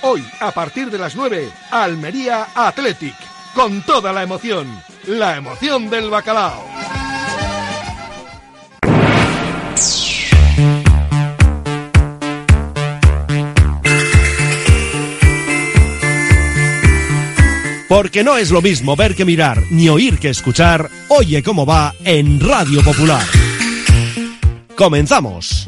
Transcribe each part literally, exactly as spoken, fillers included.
Hoy, a partir de las nueve, Almería Athletic. Con toda la emoción. La emoción del bacalao. Porque no es lo mismo ver que mirar, ni oír que escuchar. Oye cómo va en Radio Popular. Comenzamos.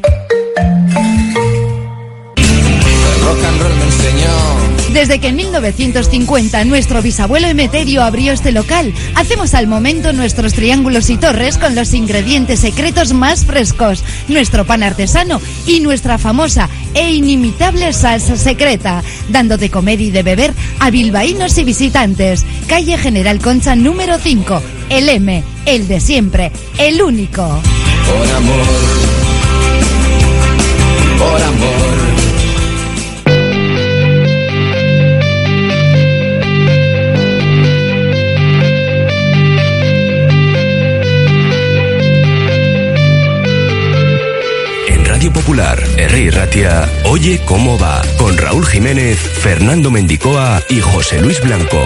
Rock and roll me enseñó. Desde que en mil novecientos cincuenta nuestro bisabuelo Emeterio abrió este local, hacemos al momento nuestros triángulos y torres con los ingredientes secretos más frescos, nuestro pan artesano y nuestra famosa e inimitable salsa secreta, dando de comer y de beber a bilbaínos y visitantes. Calle General Concha número cinco, el M, el de siempre, el único. Por amor, por amor. Popular, Herri Ratia, Oye cómo va, con Raúl Jiménez, Fernando Mendicoa y José Luis Blanco.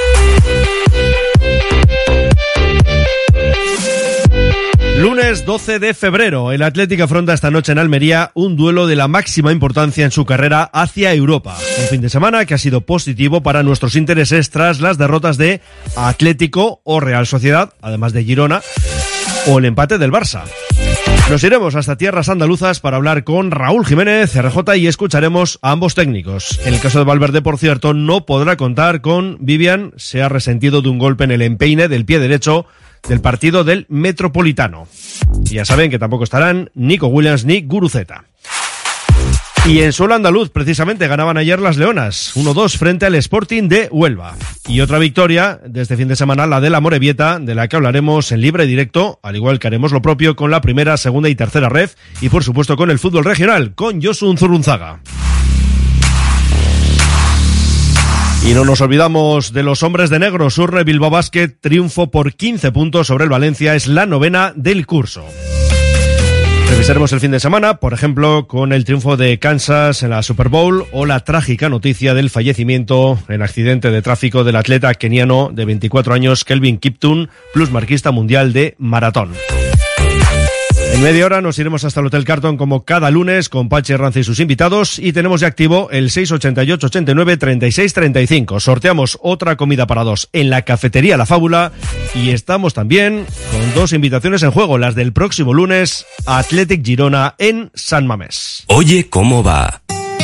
Lunes doce de febrero, el Athletic afronta esta noche en Almería un duelo de la máxima importancia en su carrera hacia Europa. Un fin de semana que ha sido positivo para nuestros intereses tras las derrotas de Atlético o Real Sociedad, además de Girona, o el empate del Barça. Nos iremos hasta tierras andaluzas para hablar con Raúl Jiménez, R J, y escucharemos a ambos técnicos. En el caso de Valverde, por cierto, no podrá contar con Vivian, se ha resentido de un golpe en el empeine del pie derecho del partido del Metropolitano. Y ya saben que tampoco estarán Nico Williams ni Guruceta. Y en suelo andaluz, precisamente, ganaban ayer las Leonas, uno dos frente al Sporting de Huelva. Y otra victoria de este fin de semana, la de la Morevieta, de la que hablaremos en libre directo, al igual que haremos lo propio con la primera, segunda y tercera ref, y por supuesto con el fútbol regional, con Josu Zurunzaga. Y no nos olvidamos de los hombres de negro. Surne Bilbao Basket, triunfo por quince puntos sobre el Valencia, es la novena del curso. Revisaremos el fin de semana, por ejemplo, con el triunfo de Kansas en la Super Bowl o la trágica noticia del fallecimiento en accidente de tráfico del atleta keniano de veinticuatro años Kelvin Kiptum, plusmarquista mundial de maratón. En media hora nos iremos hasta el Hotel Carton como cada lunes con Pachi Herranz y sus invitados y tenemos ya activo el seis ochenta y ocho ochenta y nueve treinta y seis treinta y cinco. Sorteamos otra comida para dos en la cafetería La Fábula y estamos también con dos invitaciones en juego, las del próximo lunes, Athletic Girona en San Mamés. Oye cómo va.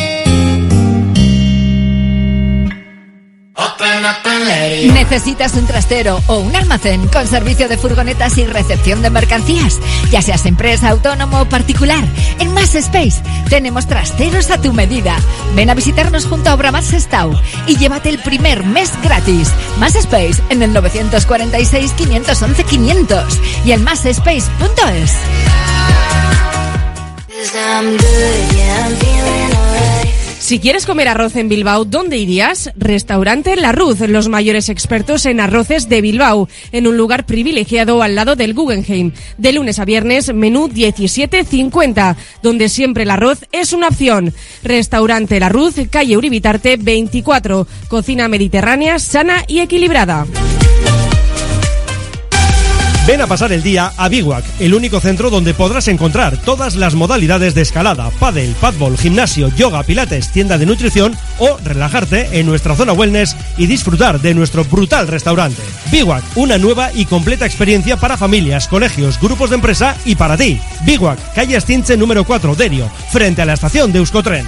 ¿Necesitas un trastero o un almacén con servicio de furgonetas y recepción de mercancías? Ya seas empresa, autónomo o particular, en Más Space tenemos trasteros a tu medida. Ven a visitarnos junto a Obramat Sestao y llévate el primer mes gratis. Más Space en el nueve cuatro seis, cinco uno uno, quinientos y en más space punto es. Si quieres comer arroz en Bilbao, ¿dónde irías? Restaurante La Ruz, los mayores expertos en arroces de Bilbao, en un lugar privilegiado al lado del Guggenheim. De lunes a viernes, menú diecisiete cincuenta, donde siempre el arroz es una opción. Restaurante La Ruz, calle Uribitarte veinticuatro, cocina mediterránea, sana y equilibrada. Ven a pasar el día a Biwak, el único centro donde podrás encontrar todas las modalidades de escalada, pádel, padbol, gimnasio, yoga, pilates, tienda de nutrición o relajarte en nuestra zona wellness y disfrutar de nuestro brutal restaurante. Biwak, una nueva y completa experiencia para familias, colegios, grupos de empresa y para ti. Biwak, calle Astinche número cuatro, Derio, frente a la estación de Euskotren.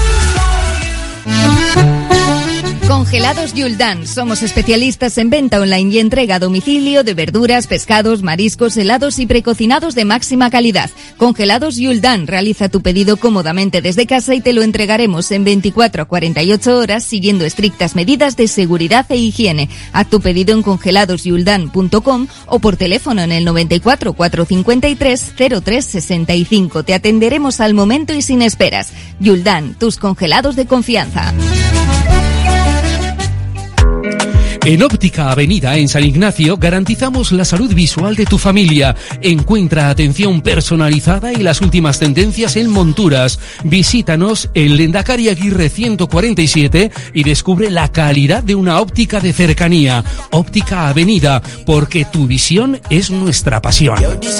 Congelados Yuldan. Somos especialistas en venta online y entrega a domicilio de verduras, pescados, mariscos, helados y precocinados de máxima calidad. Congelados Yuldan. Realiza tu pedido cómodamente desde casa y te lo entregaremos en veinticuatro a cuarenta y ocho horas siguiendo estrictas medidas de seguridad e higiene. Haz tu pedido en congelados yuldan punto com o por teléfono en el noventa y cuatro, cuatrocientos cincuenta y tres, cero tres sesenta y cinco. Te atenderemos al momento y sin esperas. Yuldan, tus congelados de confianza. En Óptica Avenida, en San Ignacio, garantizamos la salud visual de tu familia. Encuentra atención personalizada y las últimas tendencias en monturas. Visítanos en Lendakari Aguirre ciento cuarenta y siete y descubre la calidad de una óptica de cercanía. Óptica Avenida, porque tu visión es nuestra pasión.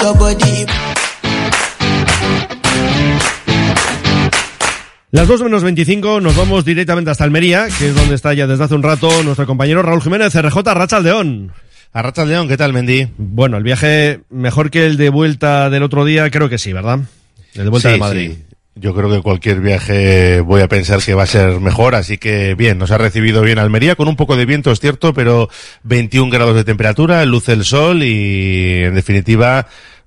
Las dos menos veinticinco, nos vamos directamente hasta Almería, que es donde está ya desde hace un rato nuestro compañero Raúl Jiménez, R J Arratsaldeon. Arratsaldeon, ¿qué tal, Mendy? Bueno, el viaje mejor que el de vuelta del otro día, creo que sí, ¿verdad? El de vuelta sí, de Madrid. Sí. Yo creo que cualquier viaje voy a pensar que va a ser mejor, así que bien, nos ha recibido bien Almería, con un poco de viento, es cierto, pero veintiún grados de temperatura, luce el sol y, en definitiva,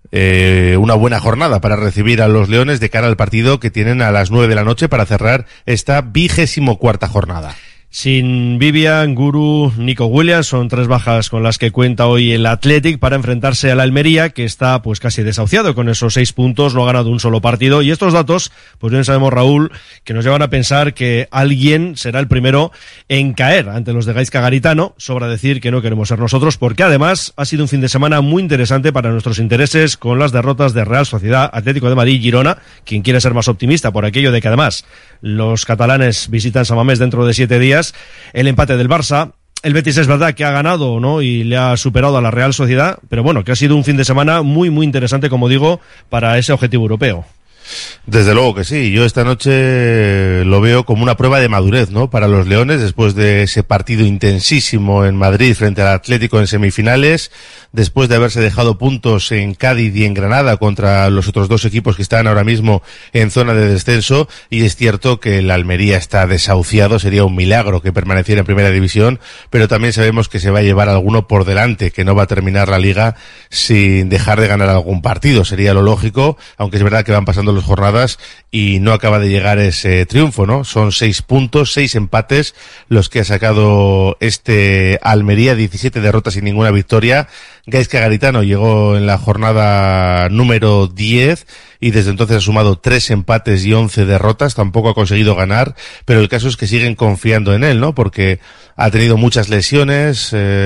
Eh, una buena jornada para recibir a los Leones de cara al partido que tienen a las nueve de la noche para cerrar esta vigésimo cuarta jornada. Sin Vivian, Guru, Nico Williams, son tres bajas con las que cuenta hoy el Athletic para enfrentarse a la Almería, que está pues casi desahuciado con esos seis puntos, no ha ganado un solo partido, y estos datos, pues bien sabemos, Raúl, que nos llevan a pensar que alguien será el primero en caer ante los de Gaizka Garitano. Sobra decir que no queremos ser nosotros, porque además ha sido un fin de semana muy interesante para nuestros intereses, con las derrotas de Real Sociedad, Atlético de Madrid y Girona, quien quiere ser más optimista por aquello de que además los catalanes visitan San Mamés dentro de siete días, el empate del Barça. El Betis es verdad que ha ganado, ¿no?, y le ha superado a la Real Sociedad, pero bueno, que ha sido un fin de semana muy, muy interesante, como digo, para ese objetivo europeo. Desde luego que sí, yo esta noche lo veo como una prueba de madurez, ¿no?, para los Leones, después de ese partido intensísimo en Madrid frente al Atlético en semifinales, después de haberse dejado puntos en Cádiz y en Granada contra los otros dos equipos que están ahora mismo en zona de descenso, y es cierto que el Almería está desahuciado, sería un milagro que permaneciera en primera división, pero también sabemos que se va a llevar alguno por delante, que no va a terminar la liga sin dejar de ganar algún partido, sería lo lógico, aunque es verdad que van pasando las jornadas y no acaba de llegar ese triunfo, ¿no? Son seis puntos, seis empates los que ha sacado este Almería, diecisiete derrotas y ninguna victoria. Gaizka Garitano llegó en la jornada número diez y desde entonces ha sumado tres empates y once derrotas, tampoco ha conseguido ganar, pero el caso es que siguen confiando en él, ¿no?, porque ha tenido muchas lesiones,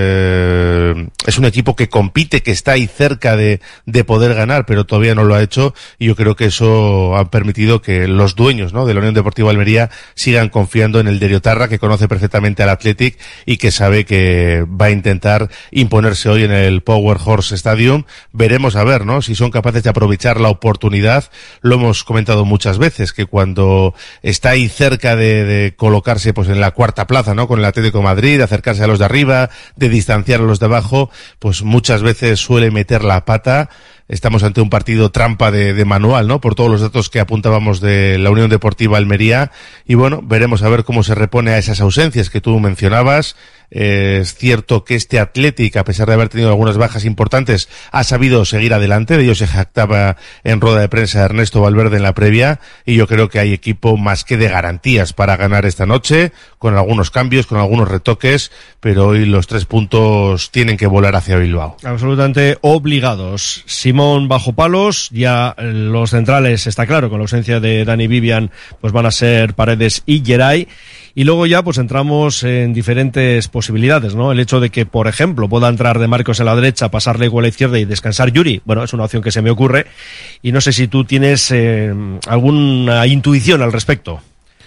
eh, es un equipo que compite, que está ahí cerca de, de poder ganar, pero todavía no lo ha hecho, y yo creo que eso ha permitido que los dueños, ¿no?, de la Unión Deportiva Almería sigan confiando en el de Riotarra, que conoce perfectamente al Athletic y que sabe que va a intentar imponerse hoy en el Power Horse Stadium. Veremos a ver, ¿no?, si son capaces de aprovechar la oportunidad. Lo hemos comentado muchas veces, que cuando está ahí cerca de, de colocarse pues en la cuarta plaza, ¿no?, con el Atlético de Madrid, de acercarse a los de arriba, de distanciar a los de abajo, pues muchas veces suele meter la pata. Estamos ante un partido trampa de, de manual, ¿no?, por todos los datos que apuntábamos de la Unión Deportiva Almería, y bueno, veremos a ver cómo se repone a esas ausencias que tú mencionabas. Eh, es cierto que este Athletic, a pesar de haber tenido algunas bajas importantes, ha sabido seguir adelante, de ello se jactaba en rueda de prensa Ernesto Valverde en la previa, y yo creo que hay equipo más que de garantías para ganar esta noche, con algunos cambios, con algunos retoques, pero hoy los tres puntos tienen que volar hacia Bilbao. Absolutamente obligados. Simón bajo palos, ya los centrales, está claro, con la ausencia de Dani Vivian, pues van a ser Paredes y Geray. Y luego ya pues entramos en diferentes posibilidades, ¿no? El hecho de que, por ejemplo, pueda entrar De Marcos en la derecha, pasarle a la izquierda y descansar Yuri, bueno, es una opción que se me ocurre, y no sé si tú tienes eh, alguna intuición al respecto.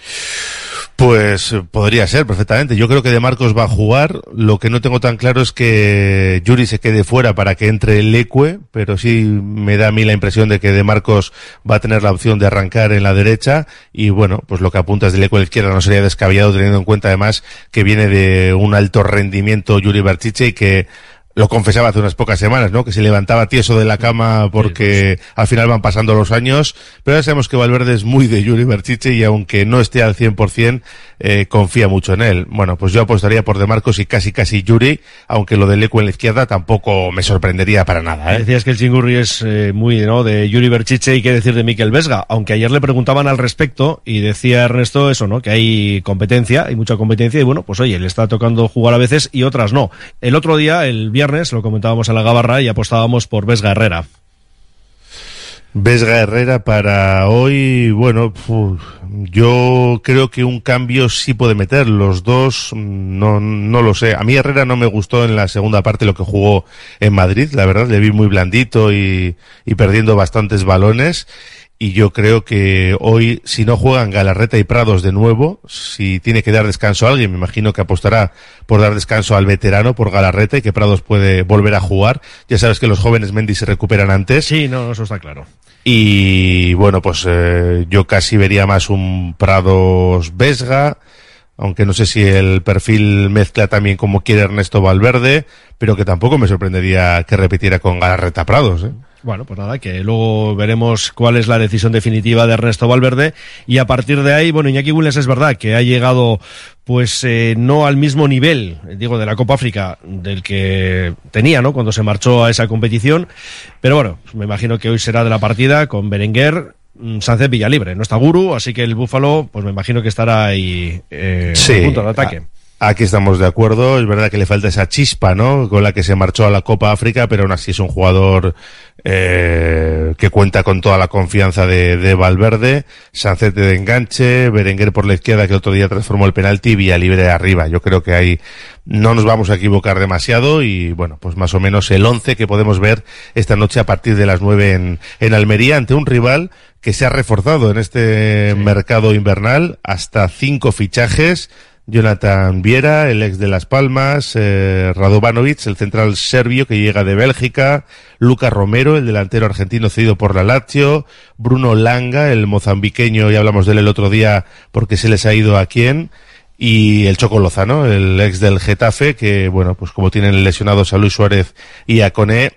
Pues podría ser perfectamente. Yo creo que De Marcos va a jugar. Lo que no tengo tan claro es que Yuri se quede fuera para que entre Leque, pero sí me da a mí la impresión de que De Marcos va a tener la opción de arrancar en la derecha, y bueno, pues lo que apuntas de Leque a la izquierda no sería descabellado, teniendo en cuenta además que viene de un alto rendimiento Yuri Berchiche, y que lo confesaba hace unas pocas semanas, ¿no?, que se levantaba tieso de la cama porque sí, pues al final van pasando los años, pero ya sabemos que Valverde es muy de Yuri Berchiche, y aunque no esté al cien por ciento, eh, confía mucho en él. Bueno, pues yo apostaría por De Marcos y casi casi Yuri, aunque lo de Leque en la izquierda tampoco me sorprendería para nada, ¿eh? Decías que el Chingurri es eh, muy, ¿no?, de Yuri Berchiche, y qué decir de Mikel Vesga, aunque ayer le preguntaban al respecto y decía Ernesto eso, ¿no?, que hay competencia, hay mucha competencia, y bueno, pues oye, le está tocando jugar a veces y otras no. El otro día, el viernes, lo comentábamos en la Gabarra y apostábamos por Vesga Herrera. Vesga Herrera para hoy, bueno, uf, yo creo que un cambio sí puede meter. Los dos, no, no lo sé. A mí Herrera no me gustó en la segunda parte lo que jugó en Madrid, la verdad, le vi muy blandito y, y perdiendo bastantes balones. Y yo creo que hoy, si no juegan Galarreta y Prados de nuevo, si tiene que dar descanso a alguien, me imagino que apostará por dar descanso al veterano, por Galarreta, y que Prados puede volver a jugar. Ya sabes que los jóvenes Mendy se recuperan antes. Sí, no, eso está claro. Y bueno, pues eh, yo casi vería más un Prados Vesga, aunque no sé si el perfil mezcla también como quiere Ernesto Valverde, pero que tampoco me sorprendería que repitiera con Galarreta Prados, ¿eh? Bueno, pues nada, que luego veremos cuál es la decisión definitiva de Ernesto Valverde, y a partir de ahí, bueno, Iñaki Williams es verdad que ha llegado pues eh, no al mismo nivel, digo, de la Copa África del que tenía, ¿no?, cuando se marchó a esa competición, pero bueno, pues me imagino que hoy será de la partida con Berenguer, Sánchez, Villalibre. No está Guru, así que el Búfalo, pues me imagino que estará ahí eh, sí, a punto de ataque. Aquí estamos de acuerdo, es verdad que le falta esa chispa, ¿no?, con la que se marchó a la Copa África, pero aún así es un jugador eh, que cuenta con toda la confianza de, de Valverde. Sánchez de enganche, Berenguer por la izquierda, que el otro día transformó el penalti, y Villalibre arriba. Yo creo que ahí no nos vamos a equivocar demasiado, y bueno, pues más o menos el once que podemos ver esta noche a partir de las nueve en, en Almería, ante un rival que se ha reforzado en este sí. mercado invernal, hasta cinco fichajes. Jonathan Viera, el ex de Las Palmas, eh, Radovanovic, el central serbio que llega de Bélgica, Lucas Romero, el delantero argentino cedido por la Lazio, Bruno Langa, el mozambiqueño, ya hablamos de él el otro día porque se les ha ido a quién, y el Choco Lozano, el ex del Getafe, que bueno, pues como tienen lesionados a Luis Suárez y a Koné,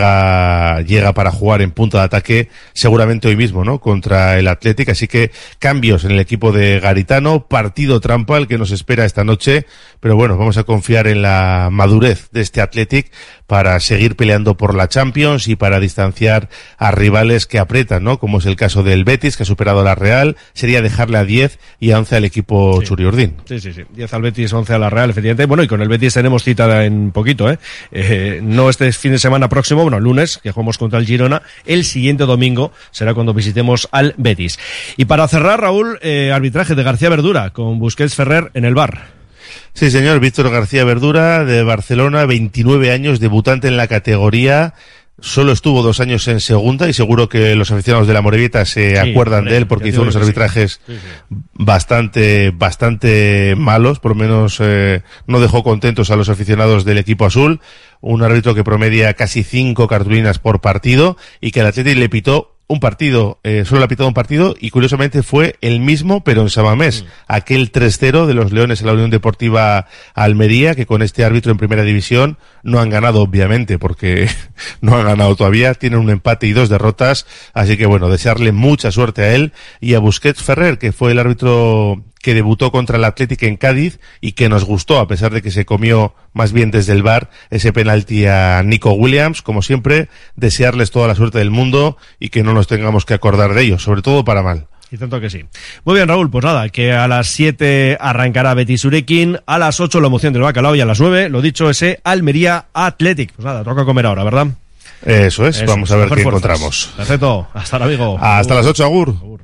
llega llega para jugar en punta de ataque seguramente hoy mismo, ¿no?, contra el Athletic. Así que cambios en el equipo de Garitano, partido trampa el que nos espera esta noche, pero bueno, vamos a confiar en la madurez de este Athletic para seguir peleando por la Champions y para distanciar a rivales que apretan, ¿no?, como es el caso del Betis, que ha superado a la Real. Sería dejarle a diez y a once al equipo sí. Churiurdín. Sí, sí, sí, diez al Betis, once a la Real, efectivamente. Bueno, y con el Betis tenemos cita en poquito, ¿eh? eh no este fin de semana próximo, bueno, lunes, que jugamos contra el Girona, el siguiente domingo será cuando visitemos al Betis. Y para cerrar, Raúl, eh, arbitraje de García Verdura con Busquets Ferrer en el V A R. Sí, señor, Víctor García Verdura, de Barcelona, veintinueve años, debutante en la categoría. Solo estuvo dos años en segunda y seguro que los aficionados de la Morevieta se sí, acuerdan de él porque hizo unos arbitrajes sí. Sí, sí. bastante bastante malos, por lo menos eh, no dejó contentos a los aficionados del equipo azul. Un árbitro que promedia casi cinco cartulinas por partido y que al Athletic le pitó un partido, eh, solo le ha pitado un partido y curiosamente fue el mismo pero en Samamés, mm. aquel tres cero de los Leones en la Unión Deportiva Almería, que con este árbitro en primera división no han ganado obviamente porque no han ganado todavía, tienen un empate y dos derrotas, así que bueno, desearle mucha suerte a él y a Busquets Ferrer, que fue el árbitro que debutó contra el Athletic en Cádiz y que nos gustó, a pesar de que se comió más bien desde el V A R ese penalti a Nico Williams. Como siempre, desearles toda la suerte del mundo y que no nos tengamos que acordar de ellos, sobre todo para mal. Y tanto que sí. Muy bien, Raúl, pues nada, que a las siete arrancará Betis Urequín, a las ocho la emoción del bacalao y a las nueve, lo dicho, ese Almería Athletic. Pues nada, toca comer ahora, ¿verdad? Eso es, Eso, vamos a ver qué fuerzas. Encontramos. Perfecto, hasta ahora, amigo. Hasta agur. Las ocho, agur. agur.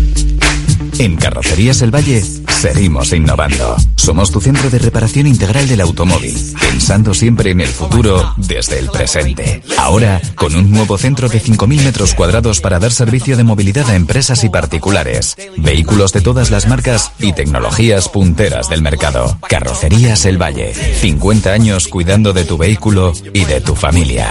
En Carrocerías El Valle seguimos innovando. Somos tu centro de reparación integral del automóvil, pensando siempre en el futuro desde el presente. Ahora, con un nuevo centro de cinco mil metros cuadrados para dar servicio de movilidad a empresas y particulares. Vehículos de todas las marcas y tecnologías punteras del mercado. Carrocerías El Valle. cincuenta años cuidando de tu vehículo y de tu familia.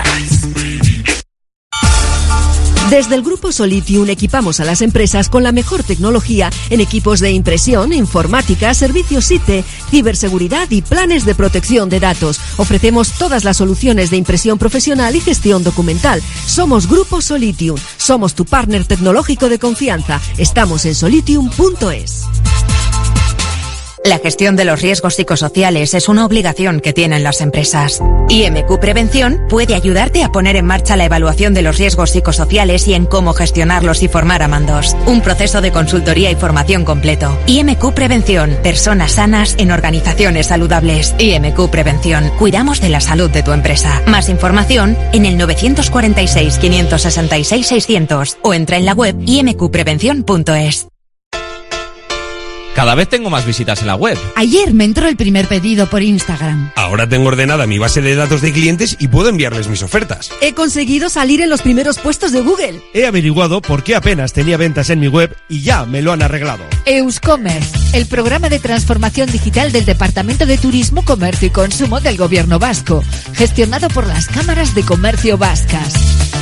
Desde el Grupo Solitium equipamos a las empresas con la mejor tecnología en equipos de impresión, informática, servicios I T, ciberseguridad y planes de protección de datos. Ofrecemos todas las soluciones de impresión profesional y gestión documental. Somos Grupo Solitium. Somos tu partner tecnológico de confianza. Estamos en solitium punto es. La gestión de los riesgos psicosociales es una obligación que tienen las empresas. I M Q Prevención puede ayudarte a poner en marcha la evaluación de los riesgos psicosociales y en cómo gestionarlos y formar a mandos. Un proceso de consultoría y formación completo. I M Q Prevención. Personas sanas en organizaciones saludables. I M Q Prevención. Cuidamos de la salud de tu empresa. Más información en el nueve cuatro seis, cinco seis seis, seiscientos o entra en la web i m q prevención punto es. Cada vez tengo más visitas en la web. Ayer me entró el primer pedido por Instagram. Ahora tengo ordenada mi base de datos de clientes y puedo enviarles mis ofertas. He conseguido salir en los primeros puestos de Google. He averiguado por qué apenas tenía ventas en mi web y ya me lo han arreglado. Euscommerce, el programa de transformación digital del Departamento de Turismo, Comercio y Consumo del Gobierno Vasco, gestionado por las cámaras de comercio vascas.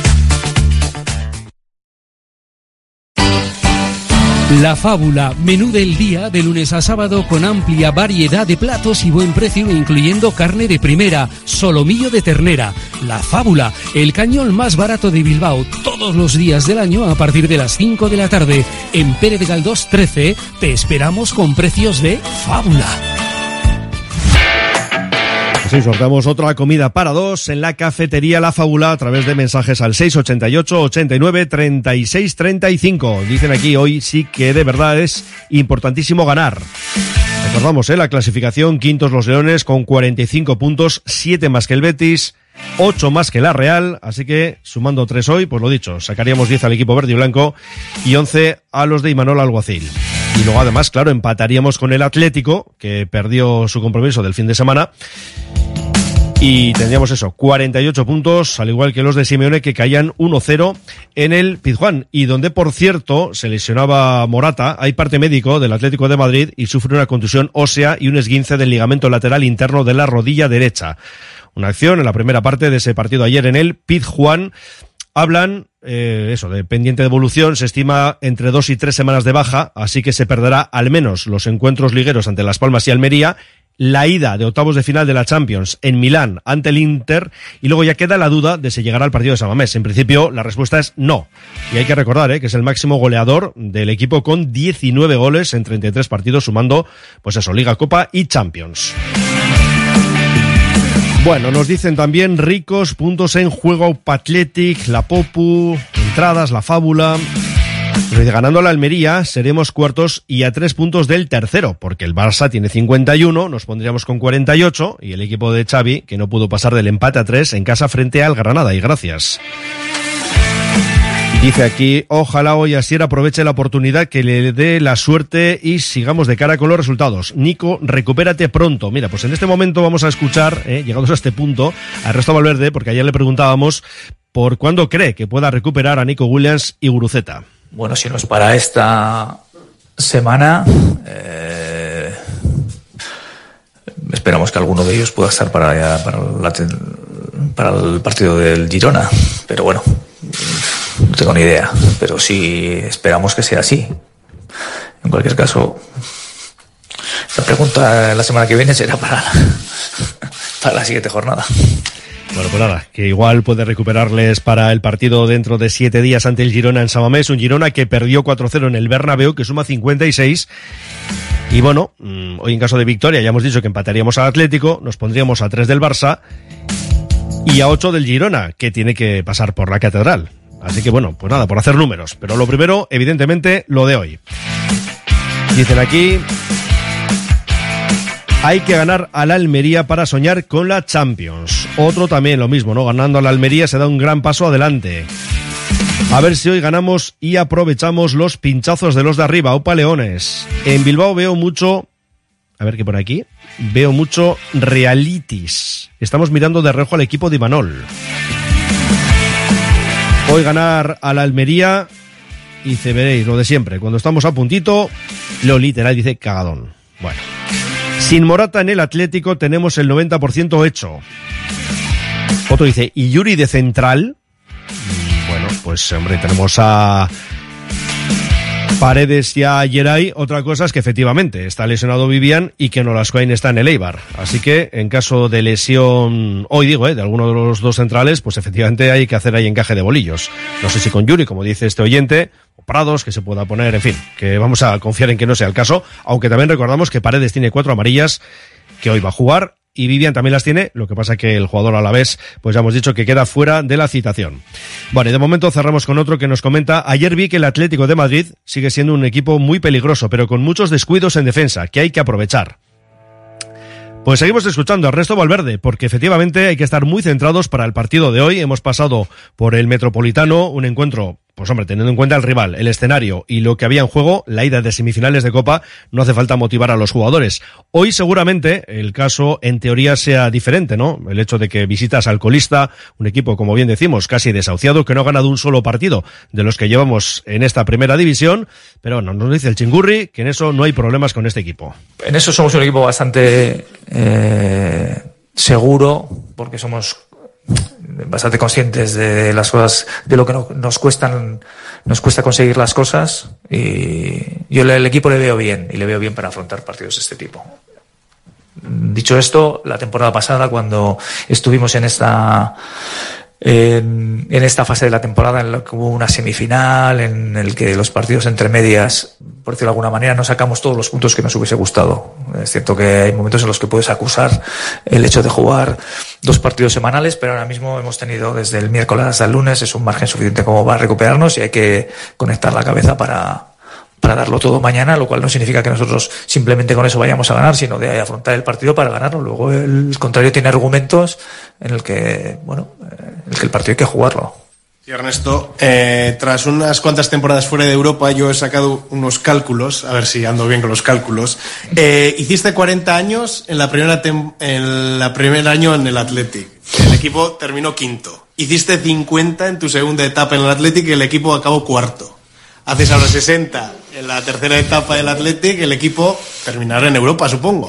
La Fábula, menú del día de lunes a sábado con amplia variedad de platos y buen precio, incluyendo carne de primera, solomillo de ternera. La Fábula, el cañón más barato de Bilbao, todos los días del año a partir de las cinco de la tarde. En Pérez Galdós trece te esperamos con precios de Fábula. Sí, sorteamos otra comida para dos en la cafetería La Fábula a través de mensajes al seis ochenta y ocho, ochenta y nueve, treinta y seis, treinta y cinco. Dicen aquí, hoy sí que de verdad es importantísimo ganar. Recordamos, ¿eh? La clasificación, quintos los Leones con cuarenta y cinco puntos, siete más que el Betis, ocho más que la Real, así que sumando tres hoy, pues lo dicho, sacaríamos diez al equipo verde y blanco y once a los de Imanol Alguacil. Y luego además, claro, empataríamos con el Atlético, que perdió su compromiso del fin de semana. Y tendríamos eso, cuarenta y ocho puntos, al igual que los de Simeone, que caían uno cero en el Pizjuán. Y donde, por cierto, se lesionaba Morata, hay parte médico del Atlético de Madrid y sufre una contusión ósea y un esguince del ligamento lateral interno de la rodilla derecha. Una acción en la primera parte de ese partido ayer en el Pizjuán. Hablan, eh, eso, de pendiente de evolución, se estima entre dos y tres semanas de baja, así que se perderá al menos los encuentros ligueros ante Las Palmas y Almería, la ida de octavos de final de la Champions en Milán ante el Inter, y luego ya queda la duda de si llegará al partido de San Mamés. En principio la respuesta es no, y hay que recordar eh, que es el máximo goleador del equipo con diecinueve goles en treinta y tres partidos, sumando pues eso, Liga, Copa y Champions. Bueno, nos dicen también ricos puntos en juego Athletic, la Popu, entradas, la Fábula. Pues ganando la Almería seremos cuartos y a tres puntos del tercero, porque el Barça tiene cincuenta y uno, nos pondríamos con cuarenta y ocho, y el equipo de Xavi, que no pudo pasar del empate a tres en casa frente al Granada, y gracias. Dice aquí, ojalá hoy Asier aproveche la oportunidad que le dé la suerte y sigamos de cara con los resultados. Nico, recupérate pronto. Mira, pues en este momento vamos a escuchar, eh, llegados a este punto, a Ernesto Valverde, porque ayer le preguntábamos por cuándo cree que pueda recuperar a Nico Williams y Guruceta. Bueno, si no es para esta semana, eh, esperamos que alguno de ellos pueda estar para, para, la, para el partido del Girona, pero bueno, no tengo ni idea, pero sí esperamos que sea así. En cualquier caso, la pregunta la semana que viene será para, para la siguiente jornada. Bueno, pues nada, que igual puede recuperarles para el partido dentro de siete días ante el Girona en San Mamés, un Girona que perdió cuatro cero en el Bernabéu, que suma cincuenta y seis. Y bueno, hoy en caso de victoria ya hemos dicho que empataríamos al Atlético, nos pondríamos a tres del Barça y a ocho del Girona, que tiene que pasar por la Catedral. Así que bueno, pues nada, por hacer números. Pero lo primero, evidentemente, lo de hoy. Dicen aquí, hay que ganar a la Almería para soñar con la Champions. Otro también lo mismo, ¿no? Ganando a la Almería se da un gran paso adelante. A ver si hoy ganamos y aprovechamos los pinchazos de los de arriba. Opa, Leones. En Bilbao veo mucho... A ver qué pone aquí. Veo mucho realities. Estamos mirando de reojo al equipo de Imanol. Hoy ganar a la Almería y se veréis lo de siempre. Cuando estamos a puntito, lo literal dice cagadón. Bueno. Sin Morata en el Atlético tenemos el noventa por ciento hecho. Otro dice, ¿y Yuri de central? Bueno, pues hombre, tenemos a Paredes y a Geray. Otra cosa es que efectivamente está lesionado Vivian y que Nolascoain está en el Eibar. Así que en caso de lesión, hoy digo, eh, de alguno de los dos centrales, pues efectivamente hay que hacer ahí encaje de bolillos. No sé si con Yuri, como dice este oyente, o Prados, que se pueda poner, en fin, que vamos a confiar en que no sea el caso, aunque también recordamos que Paredes tiene cuatro amarillas, que hoy va a jugar, y Vivian también las tiene, lo que pasa que el jugador alavés, pues ya hemos dicho que queda fuera de la citación. Bueno, y de momento cerramos con otro que nos comenta: ayer vi que el Atlético de Madrid sigue siendo un equipo muy peligroso, pero con muchos descuidos en defensa, que hay que aprovechar. Pues seguimos escuchando a Ernesto Valverde, porque efectivamente hay que estar muy centrados para el partido de hoy. Hemos pasado por el Metropolitano, un encuentro, pues hombre, teniendo en cuenta el rival, el escenario y lo que había en juego, la ida de semifinales de Copa, no hace falta motivar a los jugadores. Hoy seguramente el caso en teoría sea diferente, ¿no? El hecho de que visitas al colista, un equipo, como bien decimos, casi desahuciado, que no ha ganado un solo partido de los que llevamos en esta primera división, pero bueno, nos dice el Chingurri que en eso no hay problemas con este equipo. En eso somos un equipo bastante eh, seguro, porque somos bastante conscientes de las cosas, de lo que nos cuestan, nos cuesta conseguir las cosas, y yo el equipo le veo bien, y le veo bien para afrontar partidos de este tipo. Dicho esto, la temporada pasada, cuando estuvimos en esta en, en esta fase de la temporada en la que hubo una semifinal, en el que los partidos entre medias, por decirlo de alguna manera, no sacamos todos los puntos que nos hubiese gustado. Es cierto que hay momentos en los que puedes acusar el hecho de jugar dos partidos semanales, pero ahora mismo hemos tenido desde el miércoles hasta el lunes, es un margen suficiente como para recuperarnos, y hay que conectar la cabeza para para darlo todo mañana, lo cual no significa que nosotros simplemente con eso vayamos a ganar, sino de afrontar el partido para ganarlo. Luego el contrario tiene argumentos en el que, bueno, en el que el partido hay que jugarlo. Sí, Ernesto, eh, tras unas cuantas temporadas fuera de Europa, yo he sacado unos cálculos, a ver si ando bien con los cálculos. Eh, hiciste cuarenta años en la primera tem- en la primer año en el Athletic. El equipo terminó quinto. Hiciste cincuenta en tu segunda etapa en el Athletic y el equipo acabó cuarto. Haces ahora sesenta en la tercera etapa del Athletic, el equipo terminará en Europa, supongo.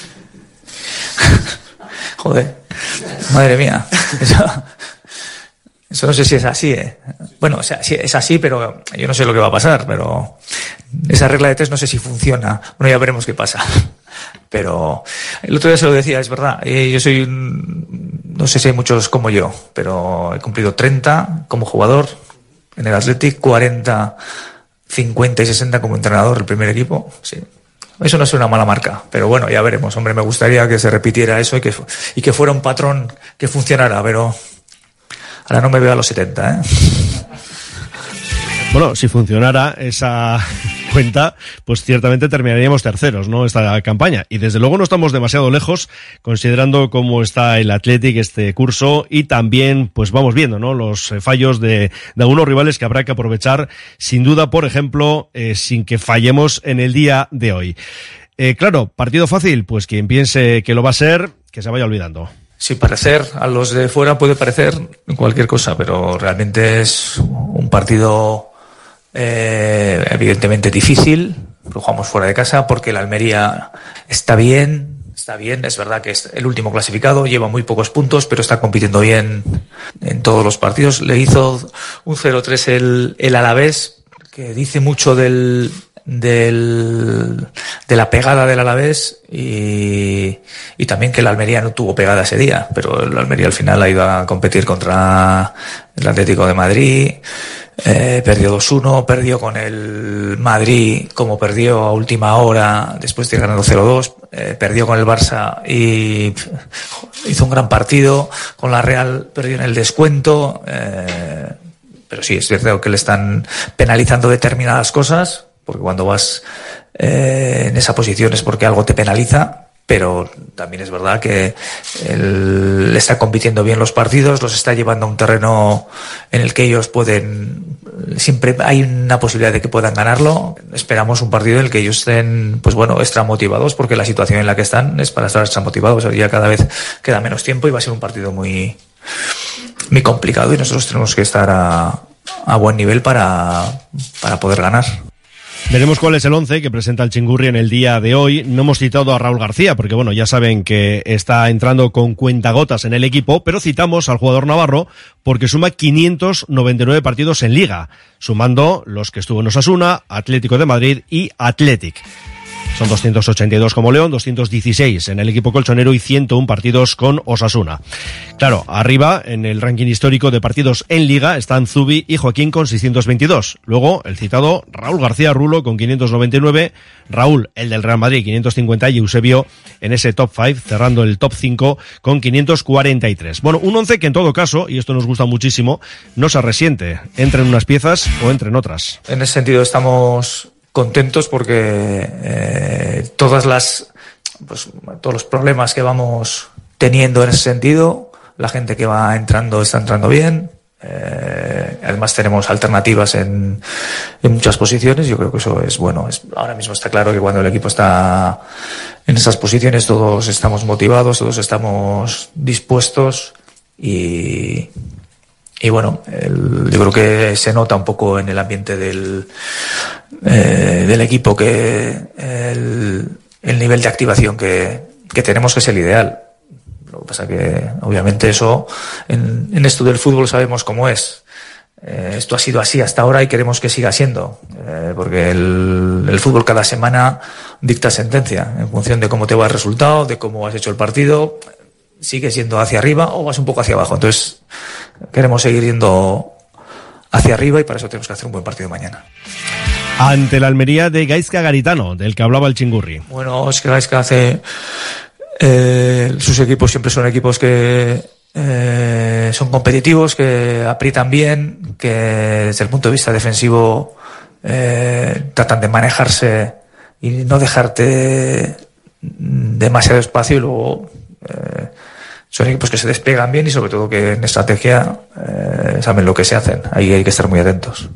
Joder, madre mía. Eso, eso no sé si es así, ¿eh? Bueno, o sea, sí, es así, pero yo no sé lo que va a pasar, pero esa regla de tres no sé si funciona. Bueno, ya veremos qué pasa. Pero el otro día se lo decía, es verdad, yo soy, no sé si hay muchos como yo, pero he cumplido treinta como jugador en el Athletic, cuarenta, cincuenta y sesenta como entrenador del primer equipo. Sí. Eso no es una mala marca, pero bueno, ya veremos. Hombre, me gustaría que se repitiera eso y que, y que fuera un patrón que funcionara, pero ahora no me veo a los setenta, ¿eh? Bueno, si funcionara esa cuenta, pues ciertamente terminaríamos terceros, ¿no?, esta campaña. Y desde luego no estamos demasiado lejos, considerando cómo está el Athletic este curso, y también, pues vamos viendo, ¿no?, los fallos de, de algunos rivales que habrá que aprovechar, sin duda, por ejemplo, eh, sin que fallemos en el día de hoy. Eh, claro, partido fácil, pues quien piense que lo va a ser, que se vaya olvidando. Sí, parecer, a los de fuera puede parecer cualquier cosa, pero realmente es un partido Eh, evidentemente difícil, lo jugamos fuera de casa porque el Almería está bien, está bien, es verdad que es el último clasificado, lleva muy pocos puntos, pero está compitiendo bien en todos los partidos. Le hizo un cero tres el, el Alavés, que dice mucho del, del, de la pegada del Alavés, y, y también que el Almería no tuvo pegada ese día, pero el Almería al final ha ido a competir contra el Atlético de Madrid. Eh, perdió dos uno, perdió con el Madrid como perdió a última hora después de ganar cero dos, eh, perdió con el Barça y hizo un gran partido, con la Real perdió en el descuento, eh, pero sí, es cierto que le están penalizando determinadas cosas, porque cuando vas eh, en esa posición es porque algo te penaliza. Pero también es verdad que él está compitiendo bien los partidos, los está llevando a un terreno en el que ellos pueden, siempre hay una posibilidad de que puedan ganarlo. Esperamos un partido en el que ellos estén, pues bueno, extra motivados, porque la situación en la que están es para estar extra motivados. Ya cada vez queda menos tiempo y va a ser un partido muy, muy complicado, y nosotros tenemos que estar a, a buen nivel para, para poder ganar. Veremos cuál es el once que presenta el Chingurri en el día de hoy. No hemos citado a Raúl García, porque bueno, ya saben que está entrando con cuentagotas en el equipo, pero citamos al jugador navarro porque suma quinientos noventa y nueve partidos en Liga, sumando los que estuvo en Osasuna, Atlético de Madrid y Athletic. Son doscientos ochenta y dos como León, doscientos dieciséis en el equipo colchonero y ciento uno partidos con Osasuna. Claro, arriba en el ranking histórico de partidos en Liga están Zubi y Joaquín con seiscientos veintidós. Luego el citado Raúl García Rulo con quinientos noventa y nueve, Raúl, el del Real Madrid, quinientos cincuenta y Eusebio en ese top cinco, cerrando el top cinco con quinientos cuarenta y tres. Bueno, un once que en todo caso, y esto nos gusta muchísimo, no se resiente, entre en unas piezas o entre en otras. En ese sentido estamos contentos porque eh, todas las pues, todos los problemas que vamos teniendo en ese sentido, la gente que va entrando está entrando bien, eh, además tenemos alternativas en, en muchas posiciones. Yo creo que eso es bueno. Es, ahora mismo está claro que cuando el equipo está en esas posiciones todos estamos motivados, todos estamos dispuestos y Y bueno, el, yo creo que se nota un poco en el ambiente del, eh, del equipo que el, el nivel de activación que, que tenemos que es el ideal. Lo que pasa que, obviamente, eso en, en esto del fútbol sabemos cómo es. Eh, esto ha sido así hasta ahora y queremos que siga siendo, eh, porque el, el fútbol cada semana dicta sentencia en función de cómo te va el resultado, de cómo has hecho el partido. Sigue siendo hacia arriba o vas un poco hacia abajo. Entonces queremos seguir yendo hacia arriba y para eso tenemos que hacer un buen partido mañana. Ante la Almería de Gaizka Garitano, del que hablaba el Chingurri. Bueno, es que Gaizka hace eh, sus equipos siempre son equipos que eh, son competitivos, que aprietan bien, que desde el punto de vista defensivo eh, tratan de manejarse y no dejarte demasiado espacio y luego eh, son equipos que se despegan bien y sobre todo que en estrategia eh, saben lo que se hacen. Ahí hay que estar muy atentos.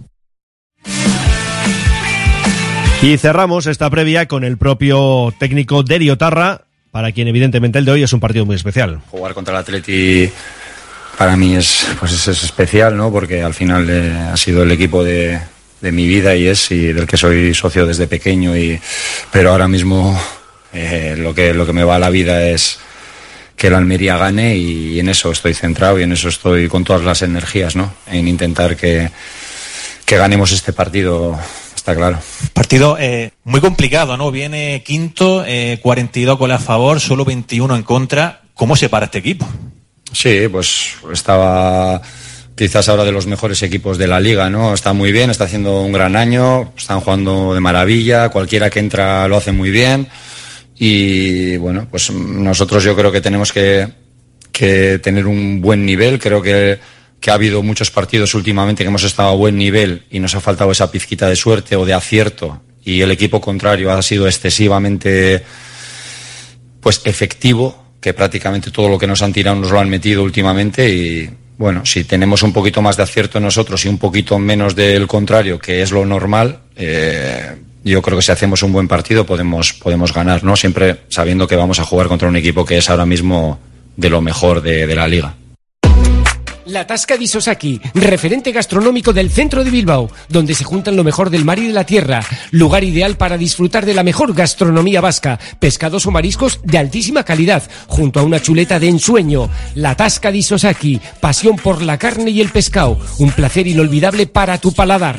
Y cerramos esta previa con el propio técnico Derio Tarra, para quien evidentemente el de hoy es un partido muy especial. Jugar contra el Atleti para mí es, pues es, es especial, ¿no? Porque al final eh, ha sido el equipo de, de mi vida y es y del que soy socio desde pequeño y pero ahora mismo eh, lo que lo que me va a la vida es que el Almería gane y en eso estoy centrado y en eso estoy con todas las energías, ¿no? En intentar que, que ganemos este partido, está claro. Partido eh, muy complicado, ¿no? Viene quinto, eh, cuarenta y dos goles a favor, solo veintiuno en contra. ¿Cómo se para este equipo? Sí, pues estaba quizás ahora de los mejores equipos de la liga, ¿no? Está muy bien, está haciendo un gran año, están jugando de maravilla, cualquiera que entra lo hace muy bien. Y bueno, pues nosotros yo creo que tenemos que, que tener un buen nivel. Creo que, que ha habido muchos partidos últimamente que hemos estado a buen nivel y nos ha faltado esa pizquita de suerte o de acierto y el equipo contrario ha sido excesivamente pues efectivo, que prácticamente todo lo que nos han tirado nos lo han metido últimamente y bueno, si tenemos un poquito más de acierto nosotros y un poquito menos del contrario, que es lo normal, eh, yo creo que si hacemos un buen partido podemos, podemos ganar, ¿no? Siempre sabiendo que vamos a jugar contra un equipo que es ahora mismo de lo mejor de, de la liga. La Tasca di Sosaki, referente gastronómico del centro de Bilbao, donde se juntan lo mejor del mar y de la tierra. Lugar ideal para disfrutar de la mejor gastronomía vasca, pescados o mariscos de altísima calidad, junto a una chuleta de ensueño. La Tasca di Sosaki, pasión por la carne y el pescado, un placer inolvidable para tu paladar.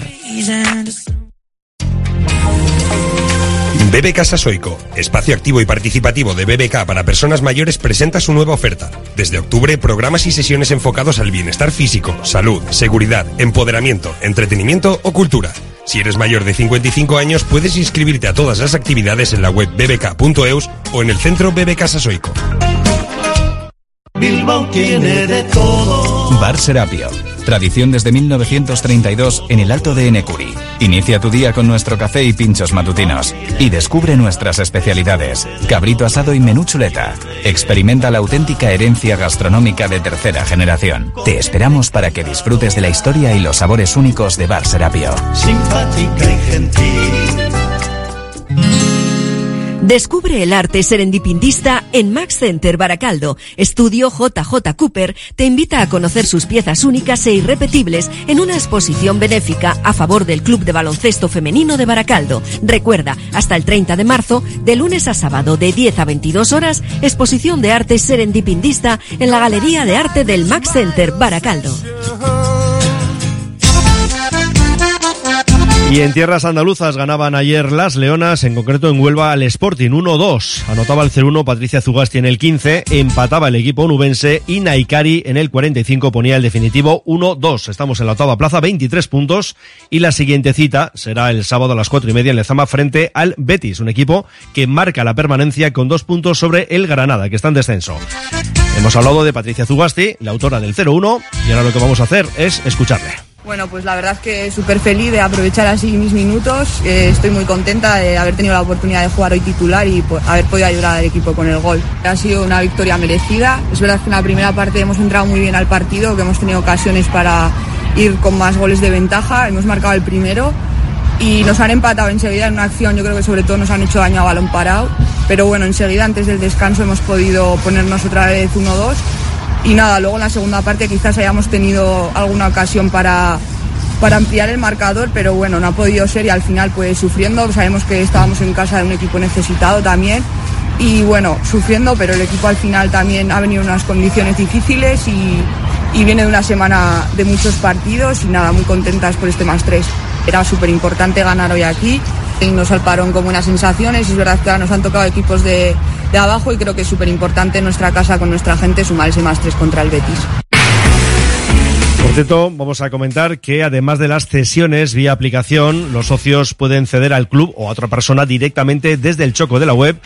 B B K Sasoico, espacio activo y participativo de B B K para personas mayores, presenta su nueva oferta. Desde octubre, programas y sesiones enfocados al bienestar físico, salud, seguridad, empoderamiento, entretenimiento o cultura. Si eres mayor de cincuenta y cinco años, puedes inscribirte a todas las actividades en la web b b k punto e u s o en el centro B B K Sasoico. Bilbao tiene de todo. Bar Serapio. Tradición desde mil novecientos treinta y dos en el Alto de Enecuri. Inicia tu día con nuestro café y pinchos matutinos. Y descubre nuestras especialidades. Cabrito asado y menú chuleta. Experimenta la auténtica herencia gastronómica de tercera generación. Te esperamos para que disfrutes de la historia y los sabores únicos de Bar Serapio. Simpática y gentil. Descubre el arte serendipindista en Max Center Baracaldo. Estudio J J Cooper te invita a conocer sus piezas únicas e irrepetibles en una exposición benéfica a favor del Club de Baloncesto Femenino de Baracaldo. Recuerda, hasta el treinta de marzo, de lunes a sábado de diez a veintidós horas, exposición de arte serendipindista en la Galería de Arte del Max Center Baracaldo. Y en tierras andaluzas ganaban ayer las Leonas, en concreto en Huelva al Sporting uno dos. Anotaba el cero uno Patricia Zugasti en el quince, empataba el equipo onubense y Naikari en el cuarenta y cinco ponía el definitivo uno dos. Estamos en la octava plaza, veintitrés puntos, y la siguiente cita será el sábado a las cuatro y media en Lezama frente al Betis, un equipo que marca la permanencia con dos puntos sobre el Granada, que está en descenso. Hemos hablado de Patricia Zugasti, la autora del cero uno, y ahora lo que vamos a hacer es escucharle. Bueno, pues la verdad es que súper feliz de aprovechar así mis minutos. Eh, estoy muy contenta de haber tenido la oportunidad de jugar hoy titular y pues, haber podido ayudar al equipo con el gol. Ha sido una victoria merecida. Es verdad que en la primera parte hemos entrado muy bien al partido, que hemos tenido ocasiones para ir con más goles de ventaja. Hemos marcado el primero y nos han empatado enseguida en una acción. Yo creo que sobre todo nos han hecho daño a balón parado. Pero bueno, enseguida antes del descanso hemos podido ponernos otra vez uno dos. Y nada, luego en la segunda parte quizás hayamos tenido alguna ocasión para, para ampliar el marcador, pero bueno, no ha podido ser y al final pues sufriendo. Sabemos que estábamos en casa de un equipo necesitado también y bueno, sufriendo, pero el equipo al final también ha venido en unas condiciones difíciles y, y viene de una semana de muchos partidos y nada, muy contentas por este más tres. Era súper importante ganar hoy aquí, irnos al parón con buenas sensaciones. Es verdad que ahora nos han tocado equipos de, de abajo y creo que es súper importante en nuestra casa con nuestra gente sumar ese más tres contra el Betis. Por cierto, vamos a comentar que además de las cesiones vía aplicación, los socios pueden ceder al club o a otra persona directamente desde el choco de la web.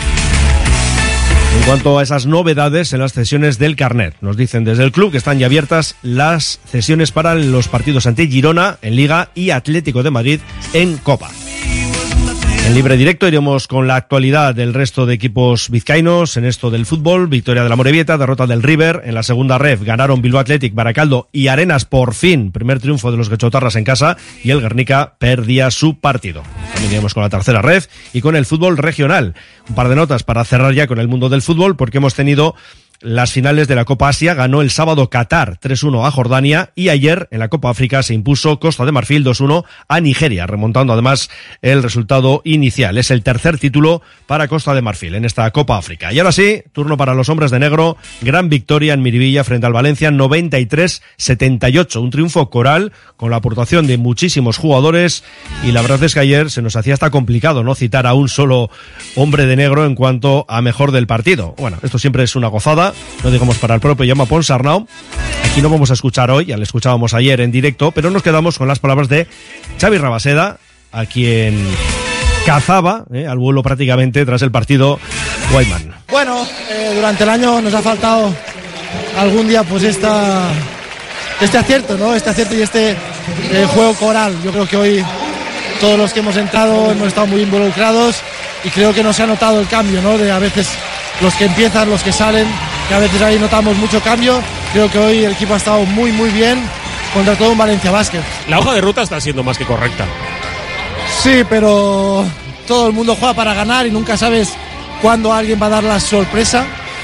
En cuanto a esas novedades en las cesiones del carnet, nos dicen desde el club que están ya abiertas las cesiones para los partidos ante Girona en Liga y Atlético de Madrid en Copa. En libre directo iremos con la actualidad del resto de equipos vizcaínos en esto del fútbol. Victoria de la Morevieta, derrota del River. En la segunda ref ganaron Bilbao Athletic, Baracaldo y Arenas por fin. Primer triunfo de los Guechotarras en casa y el Guernica perdía su partido. También iremos con la tercera ref y con el fútbol regional. Un par de notas para cerrar ya con el mundo del fútbol porque hemos tenido las finales de la Copa Asia. Ganó el sábado Qatar tres uno a Jordania y ayer en la Copa África se impuso Costa de Marfil dos uno a Nigeria, remontando además el resultado inicial. Es el tercer título para Costa de Marfil en esta Copa África. Y ahora sí, turno para los hombres de negro. Gran victoria en Miribilla frente al Valencia, noventa y tres setenta y ocho. Un triunfo coral con la aportación de muchísimos jugadores y la verdad es que ayer se nos hacía hasta complicado no citar a un solo hombre de negro en cuanto a mejor del partido. Bueno, esto siempre es una gozada. No digamos para el propio Jaume Ponsarnau. Aquí no vamos a escuchar hoy, ya le escuchábamos ayer en directo, pero nos quedamos con las palabras de Xavi Rabaseda, a quien cazaba eh, al vuelo prácticamente tras el partido Guayman. Bueno, eh, durante el año nos ha faltado algún día pues esta, este acierto, ¿no? Este acierto y este eh, juego coral. Yo creo que hoy todos los que hemos entrado hemos estado muy involucrados y creo que nos ha notado el cambio, ¿no? De a veces los que empiezan, los que salen, que a veces ahí notamos mucho cambio. Creo que hoy el equipo ha estado muy muy bien, contra todo un Valencia Basket. La hoja de ruta está siendo más que correcta. Sí, pero todo el mundo juega para ganar y nunca sabes cuándo alguien va a dar la sorpresa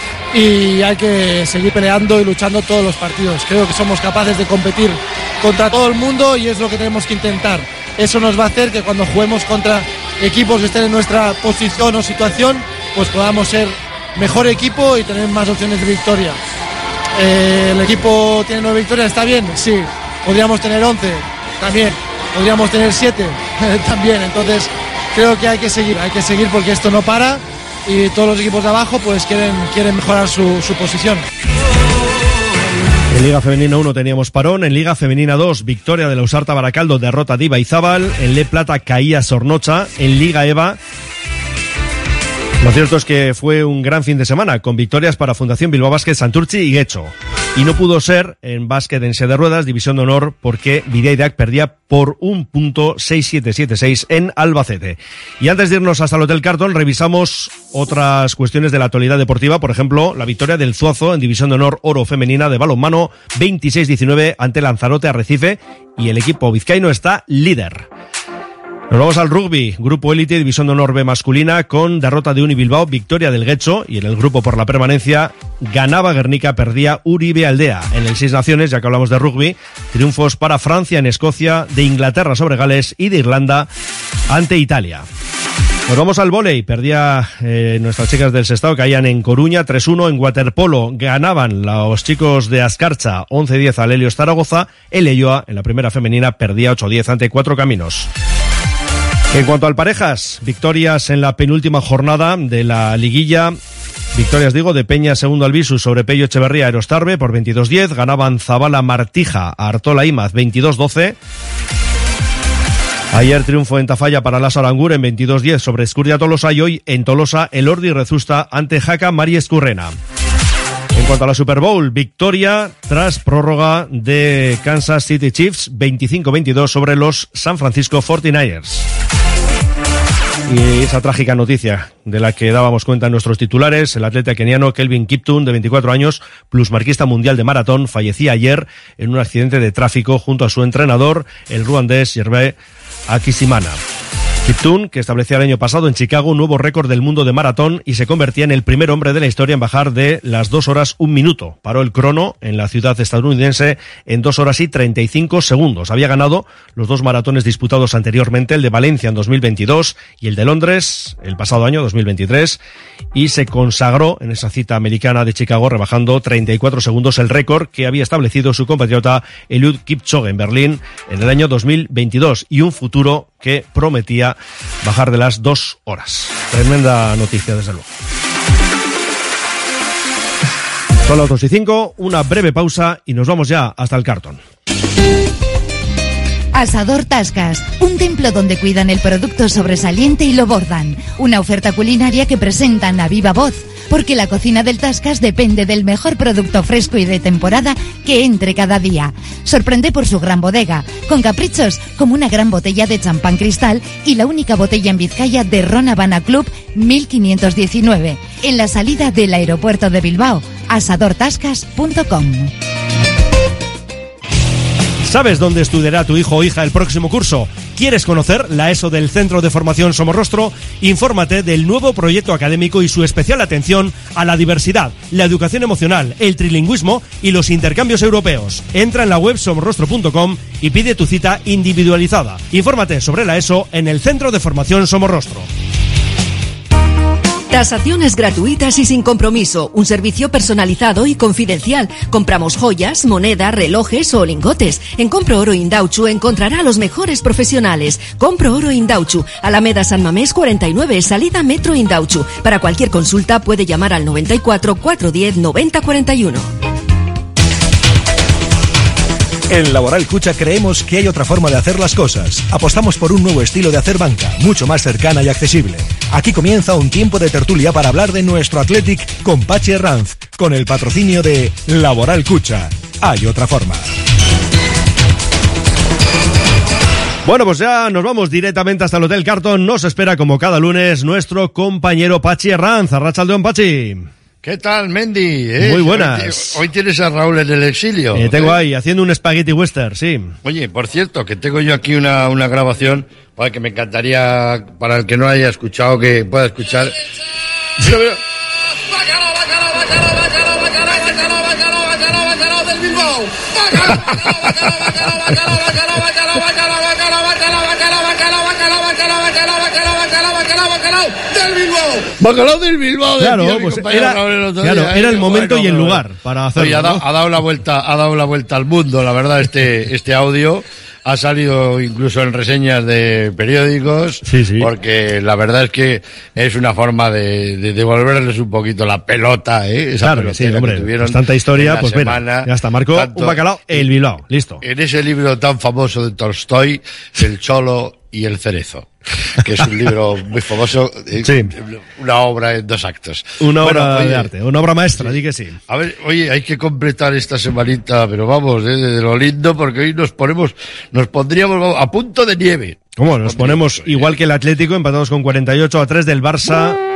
y hay que seguir peleando y luchando todos los partidos. Creo que somos capaces de competir contra todo el mundo y es lo que tenemos que intentar. Eso nos va a hacer que cuando juguemos contra equipos que estén en nuestra posición o situación, pues podamos ser mejor equipo y tener más opciones de victoria. Eh, el equipo tiene nueve victorias, ¿está bien? Sí. Podríamos tener once, también. Podríamos tener siete, también. Entonces creo que hay que seguir, hay que seguir porque esto no para y todos los equipos de abajo pues quieren, quieren mejorar su, su posición. En Liga Femenina uno teníamos parón, en Liga Femenina dos, victoria de la Usarta Baracaldo, derrota de Ibaizábal, en Le Plata caía Sornocha, en Liga EVA. Lo cierto es que fue un gran fin de semana, con victorias para Fundación Bilbao Basket, Santurtzi y Guecho. Y no pudo ser en básquet en silla de ruedas, división de honor, porque Bidaideac perdía por un punto seis siete siete seis en Albacete. Y antes de irnos hasta el Hotel Carton, revisamos otras cuestiones de la actualidad deportiva, por ejemplo, la victoria del Zuazo en división de honor oro femenina de balonmano, veintiséis diecinueve ante Lanzarote Arrecife, y el equipo vizcaíno está líder. Nos vamos al rugby, Grupo Élite, División de Honor B masculina, con derrota de Uni Bilbao, victoria del Guecho, y en el grupo por la permanencia ganaba Guernica, perdía Uribe Aldea. En el Seis Naciones, ya que hablamos de rugby, triunfos para Francia en Escocia, de Inglaterra sobre Gales y de Irlanda ante Italia. Nos vamos al vóley, perdía eh, nuestras chicas del Sestao, caían en Coruña tres uno, en waterpolo ganaban los chicos de Azcarcha once diez al Helios Zaragoza, el Leioa en la primera femenina perdía ocho diez ante Cuatro Caminos. En cuanto al parejas, victorias en la penúltima jornada de la liguilla. Victorias, digo, de Peña segundo Albisu sobre Pello Echeverría Aerostarbe por veintidós diez. Ganaban Zabala Martija a Artola Imaz veintidós doce. Ayer triunfo en Tafalla para Las Arangur en veintidós diez sobre Escurdia Tolosa, y hoy en Tolosa el Ordi Rezusta ante Jaca Mari Escurrena. En cuanto a la Super Bowl, victoria tras prórroga de Kansas City Chiefs veinticinco veintidós sobre los San Francisco cuarenta y nueve ers. Y esa trágica noticia de la que dábamos cuenta en nuestros titulares, el atleta keniano Kelvin Kiptum, de veinticuatro años, plusmarquista mundial de maratón, fallecía ayer en un accidente de tráfico junto a su entrenador, el ruandés Gervais Akisimana. Kiptum, que establecía el año pasado en Chicago un nuevo récord del mundo de maratón y se convertía en el primer hombre de la historia en bajar de las dos horas un minuto. Paró el crono en la ciudad estadounidense en dos horas y treinta y cinco segundos. Había ganado los dos maratones disputados anteriormente, el de Valencia en dos mil veintidós y el de Londres el pasado año, dos mil veintitrés, y se consagró en esa cita americana de Chicago rebajando treinta y cuatro segundos el récord que había establecido su compatriota Eliud Kipchoge en Berlín en el año dos mil veintidós, y un futuro que prometía bajar de las dos horas. Tremenda noticia, desde luego. Son las dos y cinco, una breve pausa y nos vamos ya hasta el cartón. Asador Tascas, un templo donde cuidan el producto sobresaliente y lo bordan. Una oferta culinaria que presentan a viva voz, porque la cocina del Tascas depende del mejor producto fresco y de temporada que entre cada día. Sorprende por su gran bodega, con caprichos como una gran botella de champán cristal y la única botella en Vizcaya de Ron Habana Club mil quinientos diecinueve, en la salida del aeropuerto de Bilbao. asador tascas punto com. ¿Sabes dónde estudiará tu hijo o hija el próximo curso? ¿Quieres conocer la ESO del Centro de Formación Somorrostro? Infórmate del nuevo proyecto académico y su especial atención a la diversidad, la educación emocional, el trilingüismo y los intercambios europeos. Entra en la web somorrostro punto com y pide tu cita individualizada. Infórmate sobre la ESO en el Centro de Formación Somorrostro. Tasaciones gratuitas y sin compromiso, un servicio personalizado y confidencial. Compramos joyas, moneda, relojes o lingotes. En Compro Oro Indauchu encontrará a los mejores profesionales. Compro Oro Indauchu, Alameda San Mamés cuarenta y nueve, salida Metro Indauchu. Para cualquier consulta puede llamar al noventa y cuatro, cuatrocientos diez, noventa cuarenta y uno. En Laboral Cucha creemos que hay otra forma de hacer las cosas. Apostamos por un nuevo estilo de hacer banca, mucho más cercana y accesible. Aquí comienza un tiempo de tertulia para hablar de nuestro Athletic con Pachi Herranz, con el patrocinio de Laboral Cucha. Hay otra forma. Bueno, pues ya nos vamos directamente hasta el Hotel Carton. Nos espera como cada lunes nuestro compañero Pachi Herranz. Arratsaldeon, Pachi. ¿Qué tal, Mendy? ¿Eh? Muy buenas. Hoy, hoy tienes a Raúl en el exilio. Eh, tengo ahí, haciendo un spaghetti western, sí. Oye, por cierto, que tengo yo aquí una, una grabación para que me encantaría, para el que no haya escuchado, que pueda escuchar. Mira, mira. Bacalao del Bilbao. Claro, pues era, el claro, día, era ¿eh? el momento Bueno, y el bueno. lugar para hacerlo. Oye, ha, dado, ¿no? ha dado la vuelta, ha dado la vuelta al mundo, la verdad, este, este audio. Ha salido incluso en reseñas de periódicos, sí, sí. Porque la verdad es que es una forma de, de devolverles un poquito la pelota, ¿eh? Esa Claro que sí, hombre, que tuvieron pues tanta historia, en la pues semana, mira, ya está, marcó tanto, un bacalao, el Bilbao, listo. En ese libro tan famoso de Tolstoy, El Cholo y el Cerezo, que es un libro muy famoso, Sí. una obra en dos actos. Una obra Bueno, oye, de arte, una obra maestra, di que sí. a ver, oye, hay que completar esta semanita, pero vamos, ¿eh? de lo lindo, porque hoy nos ponemos, nos pondríamos vamos, a punto de nieve. ¿Cómo? Nos ponemos igual que el Atlético, empatados con cuarenta y ocho a tres del Barça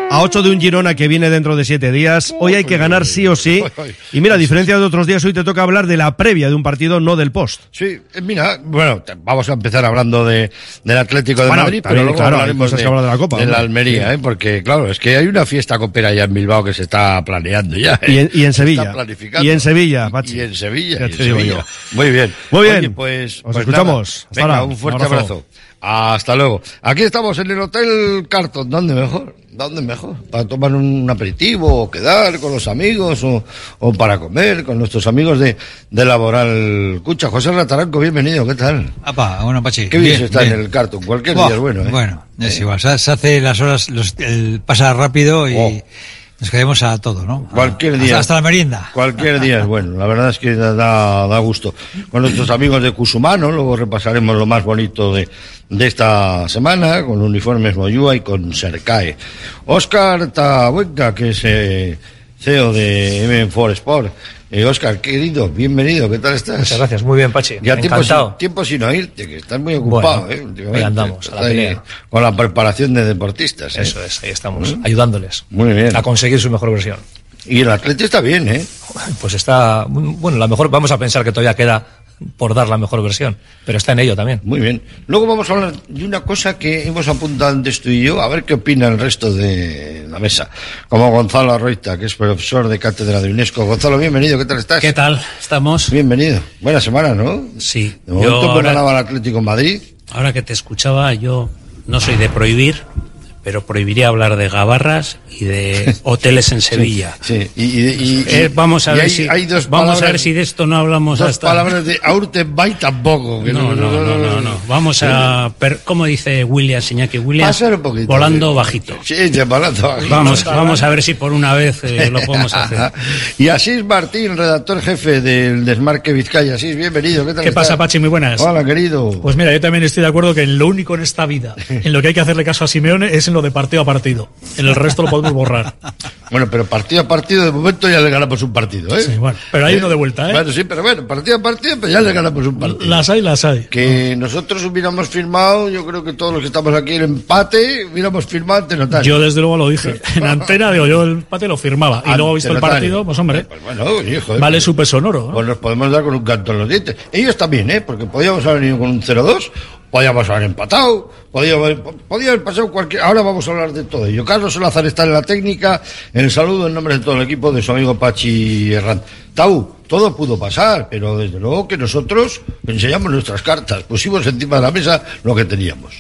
A ocho de un Girona que viene dentro de siete días, hoy hay que ganar sí o sí. Y mira, a diferencia de otros días, hoy te toca hablar de la previa de un partido, no del post. Sí, mira, bueno, vamos a empezar hablando de, del Atlético de bueno, Madrid, también, pero luego claro, hablaremos de, de, que hablar de la Copa, de la hombre. Almería, ¿eh? Porque claro, es que hay una fiesta copera ya en Bilbao que se está planeando ya. ¿eh? Y en, y en Se Sevilla. está planificando. Y en Sevilla, Pachi. Y en Sevilla. Ya y en te digo Sevilla. yo. Muy bien. Muy bien. Oye, pues, Os pues escuchamos. nada. Venga, Hasta un fuerte un abrazo. abrazo. Hasta luego. Aquí estamos en el Hotel Carton. ¿Dónde mejor? ¿Dónde mejor? Para tomar un aperitivo o quedar con los amigos o, o para comer con nuestros amigos de, de Laboral Cucha. José Rataranco, bienvenido. ¿Qué tal? Apa, bueno, Pachi. Qué bien, bien se está bien. en el Carton. Cualquier Buah, día es bueno, ¿eh? Bueno, es Eh. igual. Se, se hace las horas, los, el, pasa rápido y Oh. nos quedamos a todo, ¿no? Cualquier A- día. Hasta, hasta la merienda. Cualquier día es bueno. La verdad es que da, da, da gusto. Con nuestros amigos de Cusumano, luego repasaremos lo más bonito de, de esta semana, con uniformes Moyúa y con Sercae. Óscar Tabuenca, que es eh, C E O de M cuatro Sport. Eh, Óscar, querido, bienvenido, ¿qué tal estás? Muchas gracias, muy bien, Pachi. Ya tiempo Encantado. sin, tiempo sin oírte, que estás muy ocupado, Bueno, ¿eh? Últimamente. ahí andamos, a la Estás ahí pelea. con la preparación de deportistas, ¿eh? Eso es, ahí estamos, ¿Mm? ayudándoles Muy bien. a conseguir su mejor versión. Y el atleta está bien, ¿eh? Pues está, bueno, la mejor, vamos a pensar que todavía queda por dar la mejor versión, pero está en ello también. Muy bien. Luego vamos a hablar de una cosa que hemos apuntado antes tú y yo, a ver qué opina el resto de la mesa. Como Gonzalo Arroita, que es profesor de cátedra de UNESCO. Gonzalo, bienvenido, ¿qué tal estás? ¿Qué tal? ¿Estamos? Bienvenido. Buena semana, ¿no? Sí. De momento Yo pues ahora, ganaba el Atlético en Madrid. ahora que te escuchaba, yo no soy de prohibir, pero prohibiría hablar de gabarras y de hoteles en Sevilla. Sí, sí. Y, y- y- Eh, vamos a y ver hay- si hay dos vamos a palabras- ver si de esto no hablamos Dos hasta palabras de Aurtenbay tampoco. que no, no, no, no, no. Vamos a per, ¿cómo dice Williams, Iñaki Williams? Pasar un poquito. Volando bajito. Sí, ya volando bajito. Vamos, vamos a ver si por una vez eh, lo podemos hacer. Y Asís Martín, redactor jefe del Desmarque Vizcaya. Asís, bienvenido. ¿Qué tal ¿Qué estás? pasa, Pachi? Muy buenas. Hola, querido. Pues mira, yo también estoy de acuerdo que en lo único en esta vida, en lo que hay que hacerle caso a Simeone, es en lo de partido a partido. En el resto lo podemos borrar. Bueno, pero partido a partido, de momento ya le ganamos un partido, ¿eh? Sí, bueno, pero hay uno de vuelta, ¿eh? Bueno, sí, pero bueno, partido a partido, pero ya le ganamos un partido. Las hay, las hay. Que nosotros hubiéramos firmado, yo creo que todos los que estamos aquí, el empate, hubiéramos firmado ante Notario. Yo desde luego lo dije. En antena, digo, yo el empate lo firmaba. Y luego he visto el Ante partido, Notario. pues hombre, Pues bueno, hijo, ¿eh? vale su peso en oro. ¿no? Pues nos podemos dar con un canto en los dientes. Ellos también, ¿eh? Porque podíamos haber venido con un cero dos, podíamos haber empatado, podíamos haber, podía haber pasado cualquier... Ahora vamos a hablar de todo ello. Carlos Solazar está en la técnica, en el saludo en nombre de todo el equipo de su amigo Pachi Herrán. Tau, todo pudo pasar, pero desde luego que nosotros enseñamos nuestras cartas, pusimos encima de la mesa lo que teníamos.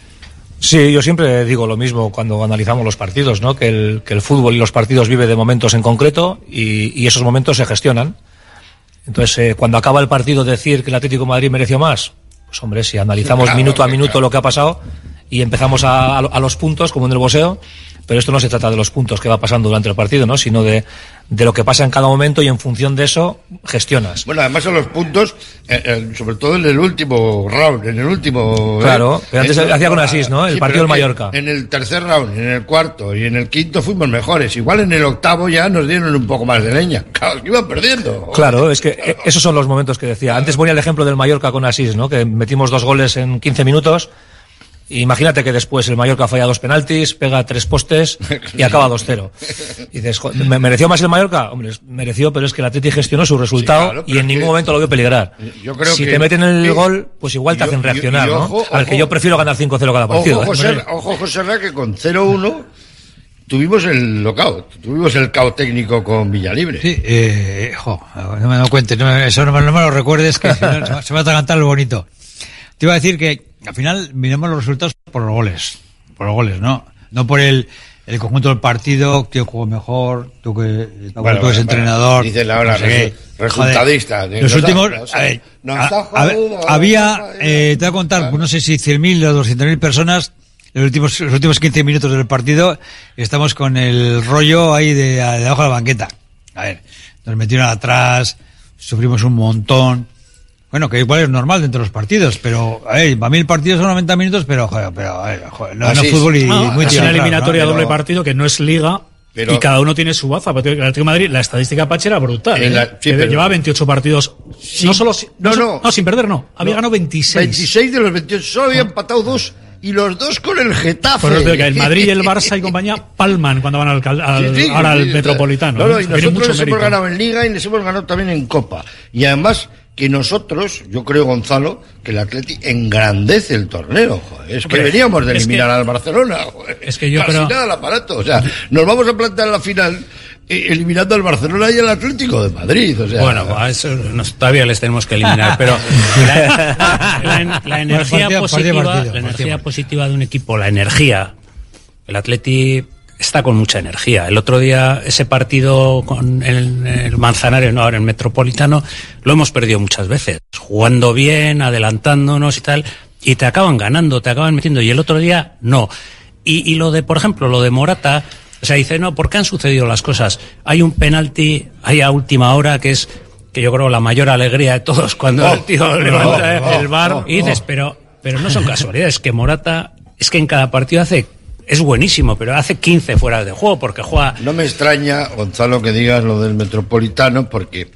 Sí, yo siempre digo lo mismo cuando analizamos los partidos, ¿no? Que el, que el fútbol y los partidos vive de momentos en concreto y, y esos momentos se gestionan. Entonces, eh, cuando acaba el partido decir que el Atlético de Madrid mereció más, pues hombre, si analizamos Claro, minuto a minuto claro. lo que ha pasado y empezamos a, a, a los puntos, como en el boxeo, pero esto no se trata de los puntos que va pasando durante el partido, ¿no? Sino de, de lo que pasa en cada momento y en función de eso gestionas. Bueno, además en los puntos, eh, eh, sobre todo en el último round, en el último... Claro, eh, pero antes eh, hacía con Asís, ¿no? El sí, partido pero del es que Mallorca. En el tercer round, en el cuarto y en el quinto fuimos mejores. Igual en el octavo ya nos dieron un poco más de leña. Claro, es que iban perdiendo. Claro, es que eh, esos son los momentos que decía. Antes ponía el ejemplo del Mallorca con Asís, ¿no? Que metimos dos goles en quince minutos. Imagínate que después el Mallorca falla dos penaltis, pega tres postes y acaba dos cero. Y dices, joder, ¿me mereció más el Mallorca? Hombre, mereció, pero es que el Atleti gestionó su resultado Sí, claro, y pero en es ningún que momento lo vio peligrar. yo creo si que- te meten el sí. gol, pues igual te Y yo- hacen reaccionar, y- y ¿no? ojo, Al que ojo. yo prefiero ganar cinco cero cada partido. Ojo, ¿eh? José, Hombre. ojo, José Ra, que con cero uno tuvimos el lockout, tuvimos el caos técnico con Villalibre. Sí, Eh, jo, no me lo cuentes, no me- eso no me, no me lo recuerdes, que si no, se va- se va a atragantar lo bonito. Te iba a decir que al final miramos los resultados por los goles, por los goles, ¿no? No por el, el conjunto del partido, que jugó mejor, tú que, Bueno, tú eres bueno, entrenador. dice la hora no sé qué. resultadista. Joder, Nos los ha- últimos, nos ha- a ver, nos a- ha a ver, jodido, había, nos ha- eh, te voy a contar, pues no sé si cien mil o doscientas mil personas. Los últimos, los últimos quince minutos del partido estamos con el rollo ahí de, de abajo de la banqueta. A ver, nos metieron atrás, sufrimos un montón. Bueno, que igual es normal dentro de los partidos, pero, a ver, para mí el partido son noventa minutos, pero, joder, pero, a ver, joder, no, no Así es. fútbol y No, muy es una tirado atrás, eliminatoria ¿no? doble Pero- partido que no es liga. Pero- y cada uno tiene su baza. Pero el Atlético de Madrid, la estadística Pachi era brutal. En ¿eh? la- sí, Que pero- llevaba veintiocho partidos. Sí. No solo si- No, no, no. no, sin perder, no. Había No, ganado veintiséis. veintiséis de los veintiocho, solo había empatado dos y los dos con el Getafe. Por eso digo que el Madrid y el Barça y compañía palman cuando van al, al, Sí, sí, ahora sí, al sí, Metropolitano. No, no, ¿eh? y Tiene nosotros mucho les hemos mérito. ganado en Liga y les hemos ganado también en Copa. Y además que nosotros, yo creo, Gonzalo, que el Atleti engrandece el torneo. Joder. Es que Hombre, veníamos de es eliminar que- al Barcelona. Joder. Es que yo Casi creo- nada al aparato. O sea, nos vamos a plantar en la final eh, eliminando al Barcelona y al Atlético de Madrid. O sea, Bueno, a eso nos- todavía les tenemos que eliminar, pero la, la- la energía Partido, partido, positiva, partido, la partido. energía positiva de un equipo, la energía, el Atleti está con mucha energía. El otro día ese partido con el, el Manzanares, no, ahora el Metropolitano, lo hemos perdido muchas veces, jugando bien, adelantándonos y tal, y te acaban ganando, te acaban metiendo, y el otro día no. Y, y lo de, por ejemplo, lo de Morata, o sea, dice, no, ¿por qué han sucedido las cosas? Hay un penalti, hay a última hora, que es, que yo creo, la mayor alegría de todos cuando Oh, el tío oh, levanta oh, el bar oh, y dices, oh. pero, pero no son casualidades, que Morata, es que en cada partido hace, es buenísimo, pero hace quince fuera de juego, porque juega... no me extraña, Gonzalo, que digas lo del Metropolitano, porque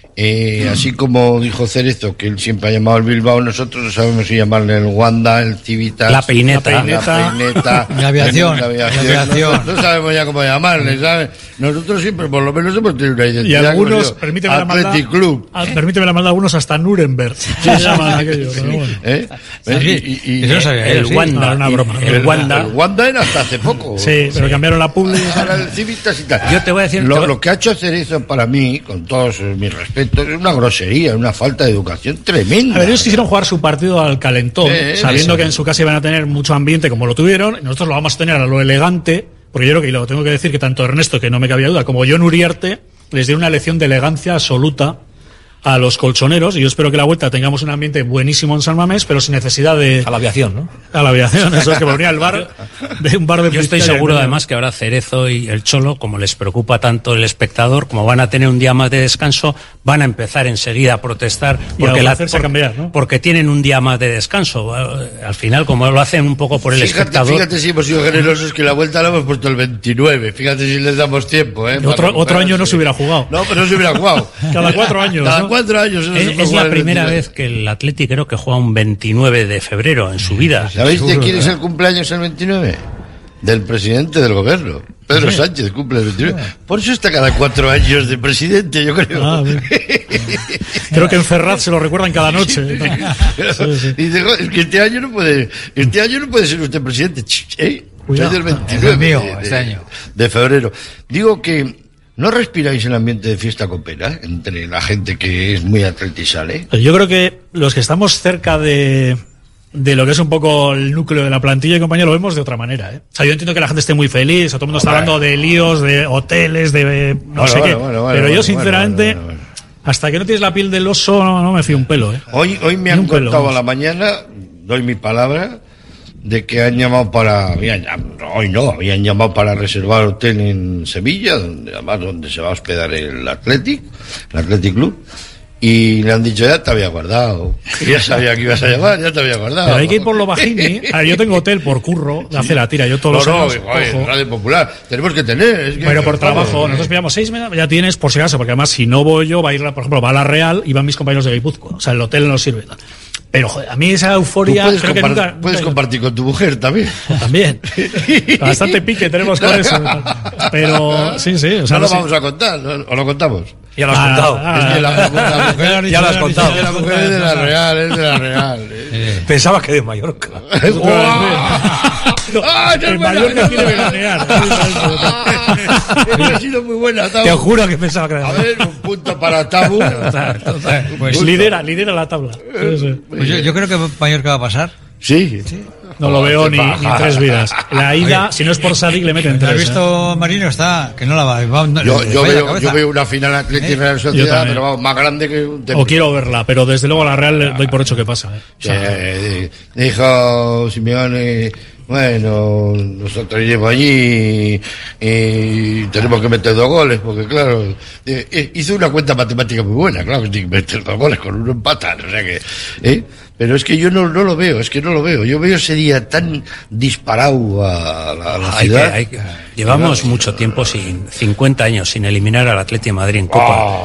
eh, así como dijo Cerezo, que él siempre ha llamado el Bilbao, nosotros no sabemos si llamarle el Wanda, el Civitas, La Peineta. la Peineta, La aviación, la aviación, la aviación. No, no sabemos ya cómo llamarle, ¿sabes? Nosotros siempre, por lo menos, hemos tenido una Y identidad. algunos, como yo, permíteme la maldad, Athletic Club. ah, permíteme la maldad, algunos hasta Nuremberg. Se llaman aquello, pero bueno. ¿Eh? Sí, Y- y- y- eso no sabía el yo, sí. Wanda, No, era una broma. el, el Wanda. El Wanda era hasta hace poco. Sí, pero cambiaron la publicidad. Ahora el Civitas y tal. Yo te voy a decir- Lo, te voy- lo que ha hecho Cerezo para mí, con todos mis respetos, es una grosería, una falta de educación tremenda. A ver, ellos quisieron jugar su partido al calentón, Sí, sabiendo eso. que en su casa iban a tener mucho ambiente como lo tuvieron, y nosotros lo vamos a tener a lo elegante, porque yo creo que, y lo tengo que decir, que tanto Ernesto, que no me cabía duda, como John Uriarte, les dio una lección de elegancia absoluta a los colchoneros, y yo espero que la vuelta tengamos un ambiente buenísimo en San Mamés, pero sin necesidad de... A la aviación, ¿no? A la aviación, eso es que ponía el bar de un bar de Yo estoy Vizcaya, seguro que- además que ahora Cerezo y el Cholo, como les preocupa tanto el espectador, como van a tener un día más de descanso, van a empezar enseguida a protestar Y a porque, la, hacerse por- cambiar, ¿no? porque tienen un día más de descanso. Eh, Al final, como lo hacen un poco por el Fíjate, espectador. fíjate si hemos sido generosos, que la vuelta la hemos puesto el veintinueve. Fíjate si les damos tiempo, ¿eh? Y otro, Para otro año no recuperarse. se hubiera jugado. No, pero no se hubiera jugado. Cada cuatro años, Cada ¿no? cuatro años. no se Es, puede es jugar la el primera veintinueve. vez que el Atleti creo que juega un veintinueve de febrero en su vida. ¿Sabéis de Seguro, quién es ¿eh? el cumpleaños el veintinueve? Del presidente del gobierno. Pedro Sí. Sánchez cumple el veintinueve. Por eso está cada cuatro años de presidente, yo creo. Ah, bien. Creo que en Ferraz se lo recuerdan cada noche. Sí, sí. Y dice, "Jo, es que este año no puede, este año no puede ser usted presidente, Ch, ¿eh? Cuidado. Soy del Es veintinueve el mío, de, de- este año. de febrero. Digo que no respiráis el ambiente de fiesta copera entre la gente que es muy atletisal, ¿eh? Yo creo que los que estamos cerca de, de lo que es un poco el núcleo de la plantilla y compañía lo vemos de otra manera, ¿eh? O sea, yo entiendo que la gente esté muy feliz, o todo el mundo está Hombre. hablando de líos, de hoteles, de no Bueno, sé bueno, qué. bueno, bueno, pero bueno, yo, sinceramente, bueno, bueno, bueno. hasta que no tienes la piel del oso, no, no me fío un pelo, ¿eh? Hoy, hoy me Ni han un pelo, contado a vamos. la mañana, doy mi palabra, de que han llamado para, habían, hoy no, habían llamado para reservar hotel en Sevilla, donde, además donde se va a hospedar el Athletic, el Athletic Club, y le han dicho, ya te había guardado, ya sabía que ibas a llamar, ya te había guardado. Pero hay que ir por lo bajini. A ver, yo tengo hotel por curro, de hace la tira, yo todos No, no, los años. joder, ojo. Radio Popular, tenemos que tener. Es que, Pero por vamos, trabajo, eh. nosotros pillamos seis meses, ya tienes por si acaso, porque además si no voy yo, va a ir, la- por ejemplo, va a la Real y van mis compañeros de Guipúzcoa. O sea, el hotel no sirve. Pero, joder, a mí esa Tú euforia. puedes, creo que compar- nunca, puedes nunca- compartir con tu mujer también. También. Bastante pique tenemos con eso. Pero, sí, sí. O sea, no lo sé. vamos a contar, ¿no? ¿O lo contamos? Ya lo has Ah, contado. ah, Es que la, la- la mujer, Ya lo has contado. es que la mujer es de la Real, es de la Real. eh. Pensaba que de Mallorca. ¡Ah, esa es En buena! Mallorca quiere veranear. Esa ha sido muy buena, Tabu. Te juro que pensaba que A era ver, un punto para Tabu. Pues, lidera, lidera la tabla. Sí, sí. pues yo, yo creo que Mallorca va a pasar. Sí. No lo veo ni, baja. ni tres vidas. La ida, Oye, si no es por Sadik, le meten ¿Has tres. ¿eh? visto Marino? Está, que no la va. va no, Yo, le yo, falla la veo, cabeza. yo veo una final Atlético ¿Eh? Real Yo Sociedad, también. pero vamos, más grande que un templo. O quiero verla, pero desde luego la Real le doy por hecho que pasa. ¿eh? O sea, Eh, dijo Simeone, bueno, nosotros llevo allí y, y tenemos que meter dos goles, porque claro, eh, eh, hizo una cuenta matemática muy buena, claro, que tiene que meter dos goles, con uno empatan, o sea que, ¿eh? Pero es que yo no, no lo veo, es que no lo veo, yo veo ese día tan disparado a la, a la Hay que- ciudad. hay que- llevamos mucho tiempo sin, cincuenta años sin eliminar al Atleti de Madrid en Copa. Ah,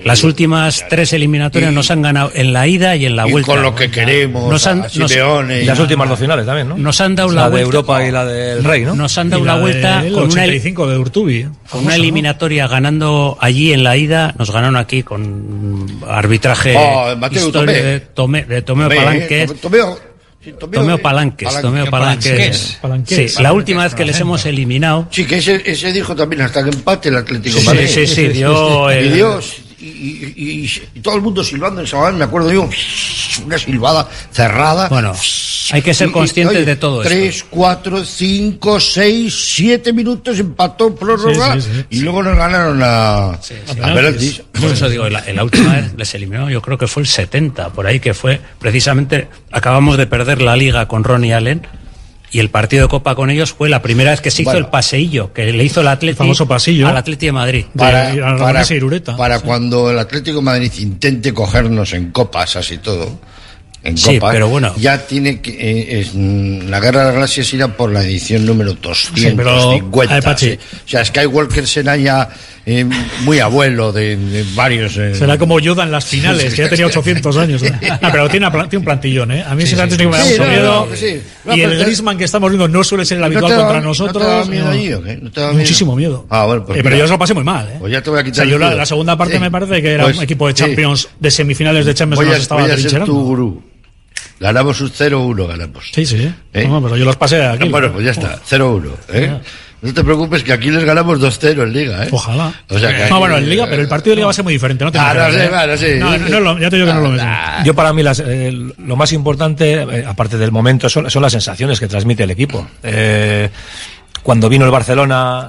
Las últimas tres eliminatorias y, nos han ganado en la ida y en la y vuelta. con lo que queremos, nos han, a Simeone. Y las últimas dos finales también, ¿no? Nos han dado la, la de vuelta. Europa y la del Rey, ¿no? Nos han dado y la, la vuelta del con ochenta y cinco una, de Urtubi. con una eliminatoria ganando allí en la ida. Nos ganaron aquí con arbitraje oh, Mateo Tomé. de Tomé, de Tomeo Tomé, Palanques. eh, Tomeo, sí, Tomeo, Tomeo eh, Palanques, Palanques, Tomeo Palanques. Palanques. Sí, la última vez que les hemos eliminado. Sí, que ese, ese dijo también hasta que empate el Atlético Sí, Madrid. sí, sí, dio y el- Dios, y, y- y- y todo el mundo silbando en Sabadell, me acuerdo yo, una silbada cerrada. Bueno, hay que ser Y- y, conscientes oye, de todo esto. Tres, cuatro, cinco, seis, siete minutos empató prórroga Sí, sí, sí. y luego nos ganaron a, a penaltis. Por eso digo, en la, en la última vez les eliminó, yo creo que fue el setenta, por ahí que fue, precisamente, acabamos de perder la liga con Ronnie Allen, y el partido de Copa con ellos fue la primera vez que se hizo Bueno. el paseillo, que le hizo el Atleti famoso pasillo. al Atleti de Madrid. Para, de- a la para, Ramírez y Irureta. para Sí. cuando el Atlético de Madrid intente cogernos en copas, así todo, en Sí, copas, pero bueno. ya tiene que, eh, es, mm, la Guerra de las Galaxias irá por la edición número doscientos cincuenta. Sí, pero, a ver, Pachi. sí. O sea, Skywalker será ya eh, muy abuelo de, de varios... eh, Será como Yoda en las finales, que ya tenía ochocientos años. ¿eh? Ah, pero tiene, una, tiene un plantillón, ¿eh? A mí sí, antes sí. me da Sí, mucho no, miedo. no, que sí. No, y el pero te- Griezmann que estamos viendo no suele ser el ¿No habitual te da- contra ¿No nosotros. te da miedo eh, no. allí o qué? ¿No te da miedo? Muchísimo miedo. Ah, bueno, pues Eh, pero mira. yo se lo pasé muy mal, ¿eh? Pues ya te voy a O quitar sea, el yo la, miedo. la segunda parte Sí. me parece que era Pues, un equipo de sí. Champions, de semifinales de Champions Voy que a, nos estaba voy a ser trincherando. tu gurú. Ganamos un cero uno, ganamos. Sí, sí. ¿Eh? No, pero yo los pasé aquí. Bueno, pues ya está, cero uno. ¿eh? No te preocupes que aquí les ganamos dos cero en Liga. ¿eh? Ojalá. O sea que No, aquí- bueno, en Liga, pero el partido de Liga va a ser muy diferente. No te Ah, me no creas, sé, ¿eh? bueno, sí. No, no, no, es lo- ya te digo que no es lo mismo. Yo para mí las, eh, lo más importante, eh, aparte del momento, son, son las sensaciones que transmite el equipo. Eh, cuando vino el Barcelona,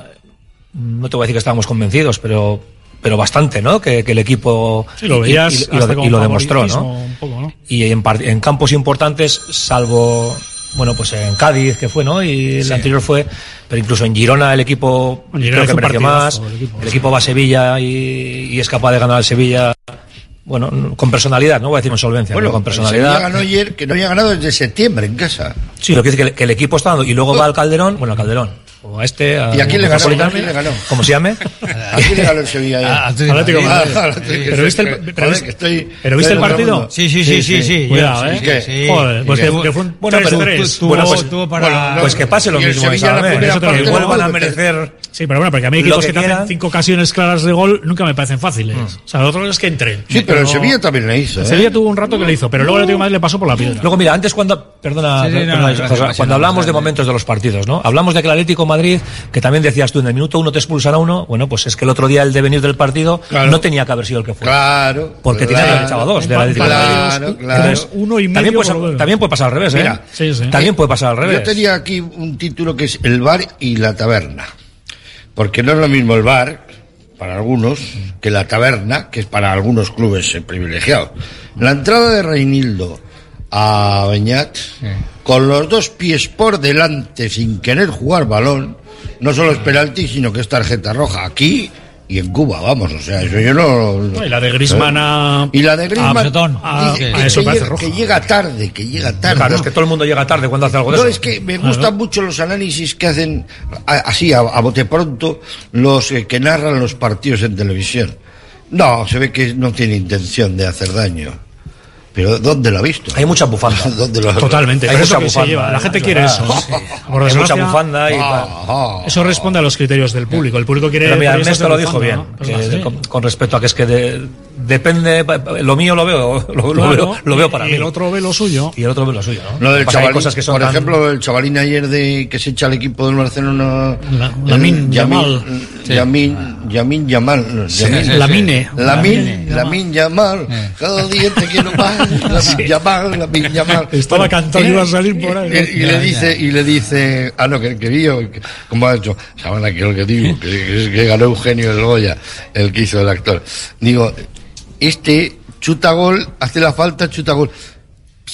no te voy a decir que estábamos convencidos, pero pero bastante, ¿no? Que, que el equipo Sí, lo y- veías y, y hasta lo, con y lo demostró, ¿no? favoritismo un poco, ¿no? Y en, par- en campos importantes, salvo, bueno, pues en Cádiz, que fue, ¿no? Y el Sí. anterior fue, pero incluso en Girona el equipo En Girona creo que hizo un mereció más. partidazo, el equipo, El sí. equipo va a Sevilla y, y es capaz de ganar al Sevilla, bueno, con personalidad, no voy a decir con solvencia, Bueno, pero con el personalidad. Sevilla ganó ayer, que no había ganado desde septiembre en casa. Sí, lo que dice que, el- que el equipo está dando, y luego va al Calderón, bueno, al Calderón, o a este, a ¿Y a quién le ganó? Metropolitano, ¿A quién le ganó? ¿cómo se llame? ¿A quién le ganó el Sevilla ayer? Ah, Atlético Atlético de de Madrid. Madrid. Ah, Atlético, Pero viste el, joder, pero, viste- que estoy- pero viste el estoy partido. hablando. Sí, sí, sí, sí, sí. Cuidado, yo- ¿eh? sí, ¿Qué? sí. Joder, pues ¿Y qué? que, que fue un Bueno, pues, tres tres. tuvo- bueno, pues- tuvo para- bueno, no, Pues que pase lo y el mismo Sevilla esa la vez, primera eso te lo parte digo, no vuelvan a puede meter. merecer. Sí, pero bueno, porque a mí Lo equipos que que, te hacen quieran. cinco ocasiones claras de gol nunca me parecen fáciles. O sea, lo otro es que entren. Sí, pero el Sevilla también le hizo. El ¿eh? Sevilla tuvo un rato que le hizo, pero luego el Atlético de Madrid le pasó por la piedra. Luego, mira, antes cuando, perdona, Sí, sí, no, perdona, no, José, gracias, gracias, cuando no, hablamos de gracias. momentos de los partidos, ¿no? Hablamos de que el Atlético de Madrid, que también decías tú, en el minuto uno te expulsan a uno, bueno, pues es que el otro día el devenir del partido Claro. no tenía que haber sido el que fue. Claro. Porque claro, tenía que echaba dos del Atlético de Madrid. Claro, claro. Entonces, Uno y medio también, puede, por lo menos. también puede pasar al revés, ¿eh? Mira, Sí, sí. También puede pasar al revés. Yo tenía aquí un título que es el bar y la taberna. Porque no es lo mismo el bar, para algunos, que la taberna, que es para algunos clubes eh, privilegiados. La entrada de Reinildo a Beñat, con los dos pies por delante, sin querer jugar balón, no solo es penalti, sino que es tarjeta roja. Aquí y en Cuba, vamos, o sea, eso yo no... no- Y la de Griezmann a... Y la de Griezmann, a Bretón. A- dice a que, eso que parece llega, roja. que llega tarde, que llega tarde. Claro, es que todo el mundo llega tarde cuando hace algo de No, eso. es que me gustan mucho los análisis que hacen a- así, a, a bote pronto, los eh, que narran los partidos en televisión. No, se ve que no tiene intención de hacer daño. Pero ¿dónde lo ha visto? Hay mucha bufanda. ¿Dónde lo ha Totalmente, Hay pero eso mucha que se bufanda, lleva. La ¿eh? gente Es quiere verdad. eso. Sí. Por Hay mucha desgracia, bufanda y... Ah, eso responde a los criterios del público. El público quiere... Pero mira, quiere Ernesto esa lo dijo bufanda, bien, ¿no? Pues que así. con, con respecto a que es que de- depende, lo mío lo veo, lo, lo Claro, veo, lo veo para y mí. el otro ve lo suyo. Y el otro ve lo suyo, ¿no? Lo del Lo que pasa es que hay chavalín, cosas que son por tan- ejemplo, el chavalín ayer de que se echa al equipo del Barcelona. La- el Lamin Yamal. Yamin, Yamin Yamal. no, Sí, Yamin- sí, sí. Lamine. Lamin, Lamin Yamal. Cada día te quiero más. Lamin Yamal, Lamin Yamal. Estaba cantando y iba a salir por ahí. Y, y le dice, y le dice, ah, no, que, que vio, que- como ha hecho, saben aquel que digo, que, que, que ganó Eugenio el Goya, el que hizo el actor. Digo, este chuta gol, hace la falta, chuta gol.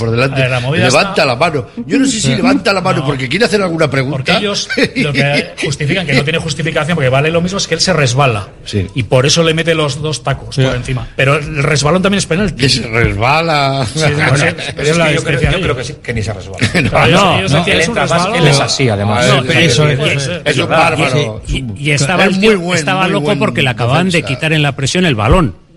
por delante. A ver, la movida levanta está- la mano. Yo no sé si levanta la mano No. porque quiere hacer alguna pregunta. Porque ellos lo que justifican, que no tiene justificación, porque vale lo mismo, es que él se resbala. Sí. Y por eso le mete los dos tacos por encima. Pero el resbalón también es penalti. Que se resbala. Sí, sí, Bueno, sí, pero esa es la que yo, creo, descripción yo de creo ellos. que, sí, que ni se resbala. Claro, No, ellos- no, ellos no, decían, él es un entra más, resbalón. él es así, además. No, pero eso sí, es- puede es- ser. es un verdad. bárbaro. Y, y estaba, Es el muy tío- buen, estaba muy loco buen porque le acababan de defensa. quitar en la presión el balón.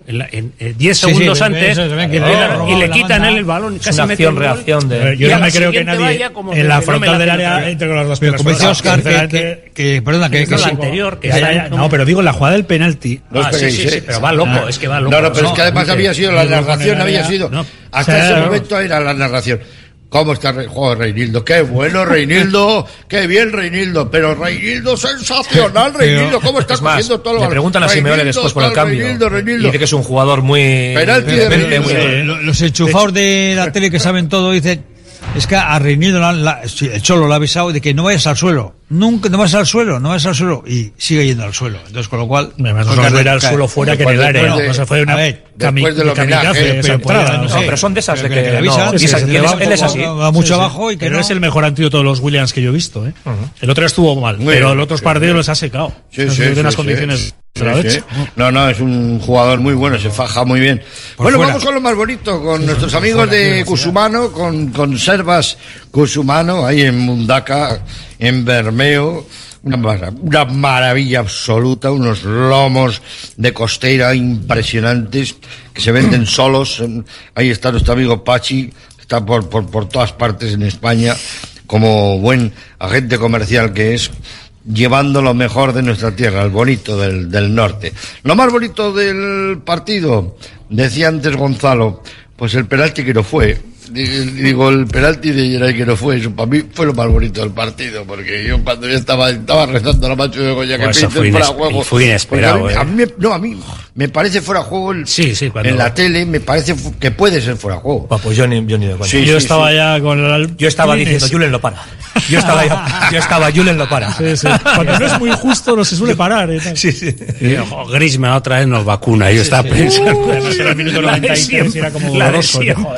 En, la, en, en diez sí, segundos sí, antes eso, ven, claro, y le quitan él el balón. Es una acción reacción de. Yo no me creo que nadie en la frontal del área entre las dos piernas. Como dice Oscar, que, que perdona, que, que es la anterior. Que ya, ya, ya, no, pero digo la jugada del penalti. Ah, sí, sí, sí, pero va loco, es que va loco. No, no, pero es que además había sido la narración, había sido hasta ese momento era la narración. ¿Cómo está el juego de Reinildo? ¡Qué bueno, Reinildo! ¡Qué bien, Reinildo! Pero Reinildo, sensacional, Reinildo. ¿Cómo está cogiendo todo lo Le preguntan a Simeone después por el cambio. Reinildo, Reinildo. Y dice que es un jugador muy... Penalti de Reinildo. Muy... Los enchufados de la tele que saben todo dicen... Es que a Reinildo la, la, el Cholo le ha avisado de que no vayas al suelo. Nunca, no vas al suelo, no vas al suelo. Y sigue yendo al suelo. Entonces, con lo cual... Además, no va a ir al suelo fuera que en el área. No, o sea, fue una ver, después de lo kamikaze, pero, entrada, no, no, pero son de esas de que, que, que le avisan. No, sí, sí, sí, que él, va, él es así. Va mucho sí, abajo y que pero no es el mejor antídoto de los Williams que yo he visto. ¿eh? Uh-huh. El otro estuvo mal, muy pero bien, los otros sí, partidos sí. los ha secado. Sí, sí, en unas sí, condiciones... Sí. Sí, sí. No, no, es un jugador muy bueno, se faja muy bien. Por bueno, fuera. Vamos con lo más bonito, con sí, nuestros amigos fuera, de Cusumano, con Conservas Cusumano, ahí en Mundaka, en Bermeo. Una, una maravilla absoluta, unos lomos de costeira impresionantes que se venden solos. Ahí está nuestro amigo Pachi, que está por, por, por todas partes en España, como buen agente comercial que es, llevando lo mejor de nuestra tierra, el bonito del, del norte. Lo más bonito del partido, decía antes Gonzalo, pues el penalti que no fue. Digo, el penalti de Geray que no fue, eso para mí fue lo más bonito del partido, porque yo cuando yo estaba, estaba rezando la macho de Goya que pues fue, fuera juego. Fue inesperado. A mí, eh. a mí, no, a mí me parece fuera juego el, sí, sí, cuando... en la tele, me parece que puede ser fuera juego. Pues, pues yo ni, yo ni de cuenta. Sí, yo sí, estaba sí. ya con el... Yo estaba diciendo, Julen lo para. Yo estaba, yo, yo estaba, Julen lo para. Sí, sí. Cuando no es muy justo no se suele parar. ¿eh? Sí, sí. Y, ojo, Griezmann otra vez nos vacuna. Yo sí, estaba sí. pensando... Uh, era el minuto noventa y tres, era como doloroso.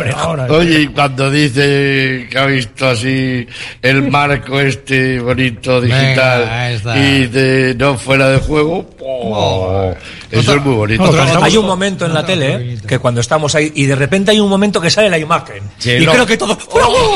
Oye, y cuando dice que ha visto así el marco este bonito digital Venga, y de no fuera de juego, oh, eso otro, es muy bonito. Otro, otro, hay un momento en la tele eh, que cuando estamos ahí y de repente hay un momento que sale la imagen sí, y no. creo que todo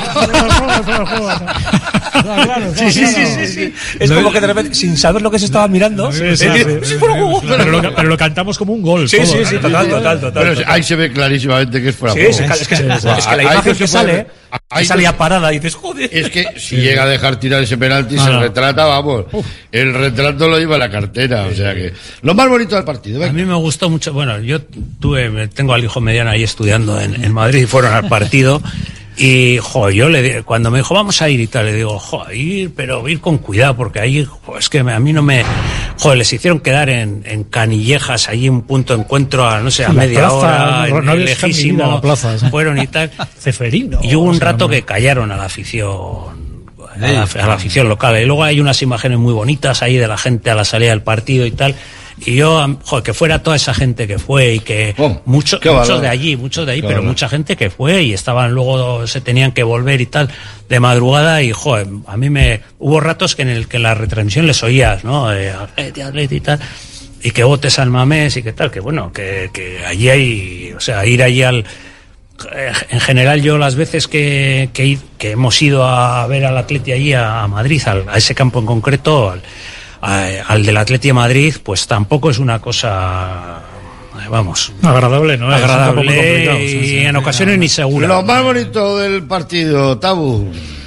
sí, sí, sí, sí, sí. Es como que de repente sin saber lo que se estaba mirando sí, sí, sí, sí, pero, lo, pero lo cantamos como un gol sí, todo, sí, sí, total, total, total, pero total. Ahí se ve clarísimamente que es fuera sí, juego es, es, que, es, es que la imagen que sale Ahí salía parada y dices, joder. Es que si sí. llega a dejar tirar ese penalti, ah, se no. retrata, vamos. Uf. El retrato lo lleva a la cartera. O sea que. Lo más bonito del partido. Venga. A mí me gustó mucho. Bueno, yo tuve, tengo al hijo mediano ahí estudiando en, en Madrid y fueron al partido. Y, jo, yo le cuando me dijo, vamos a ir y tal, le digo, jo, ir, pero ir con cuidado, porque ahí, jo, es que a mí no me, jo, les hicieron quedar en, en Canillejas, allí un punto de encuentro a, no sé, a media plaza, hora, no, no lejísimo, la plaza, ¿sí? Fueron y tal. Ceferino. Y hubo un o sea, rato no. que callaron a la afición, a la, a la afición local. Y luego hay unas imágenes muy bonitas ahí de la gente a la salida del partido y tal. Y yo, joder, que fuera toda esa gente que fue y que oh, mucho, muchos de allí, muchos de ahí, qué pero valor. Mucha gente que fue y estaban luego, se tenían que volver y tal, de madrugada y, joder, a mí me, hubo ratos que en el que en la retransmisión les oías, ¿no? Eh, atleti, atleti y tal, y que votes al Mamés y que tal, que bueno, que, que allí hay, o sea, ir allí al, en general yo las veces que, que, que hemos ido a ver al Atleti allí a, a Madrid, al, a ese campo en concreto, al, al del Atleti de Madrid, pues tampoco es una cosa, vamos, agradable, ¿no? Agradable es un y sí, sí, en ocasiones no. ni segura. Lo más bonito del partido, Tabu.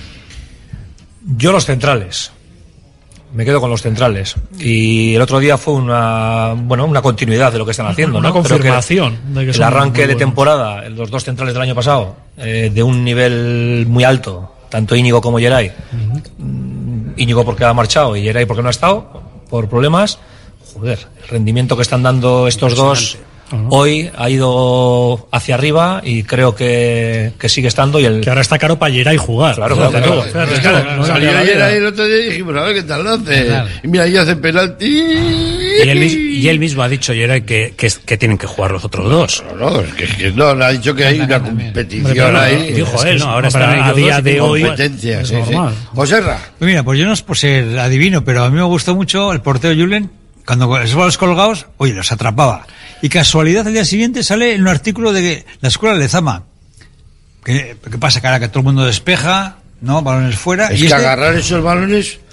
Yo los centrales. Me quedo con los centrales. Y el otro día fue una, bueno, una continuidad de lo que están haciendo, una ¿no? confirmación de que el arranque de temporada, los dos centrales del año pasado, eh, de un nivel muy alto, tanto Íñigo como Geray. Uh-huh. Íñigo porque ha marchado y Geray porque no ha estado por problemas. Joder, el rendimiento que están dando estos dos uh-huh. hoy ha ido hacia arriba y creo que, que sigue estando y el que ahora está caro para Geray jugar. Claro, claro, claro, claro, claro, claro, claro, claro. Salió Geray el otro día y dijimos, a ver qué tal lo hace. Claro. Y mira, ahí hace penalti. Y él, y él mismo ha dicho, Geray, que, que, que tienen que jugar los otros dos. No, no, es que, que no, ha dicho que hay una competición ahí. Dijo él, no, ahora está a día de hoy. Competencia, sí, sí. Joserra. Pues mira, pues yo no es por ser adivino, pero a mí me gustó mucho el portero Julen. Cuando esos los colgados, oye, los atrapaba. Y casualidad, al día siguiente sale en un artículo de la escuela de Lezama. ¿Qué, qué pasa? Que ahora que todo el mundo despeja, ¿no? Balones fuera. Es y que este... agarrar esos balones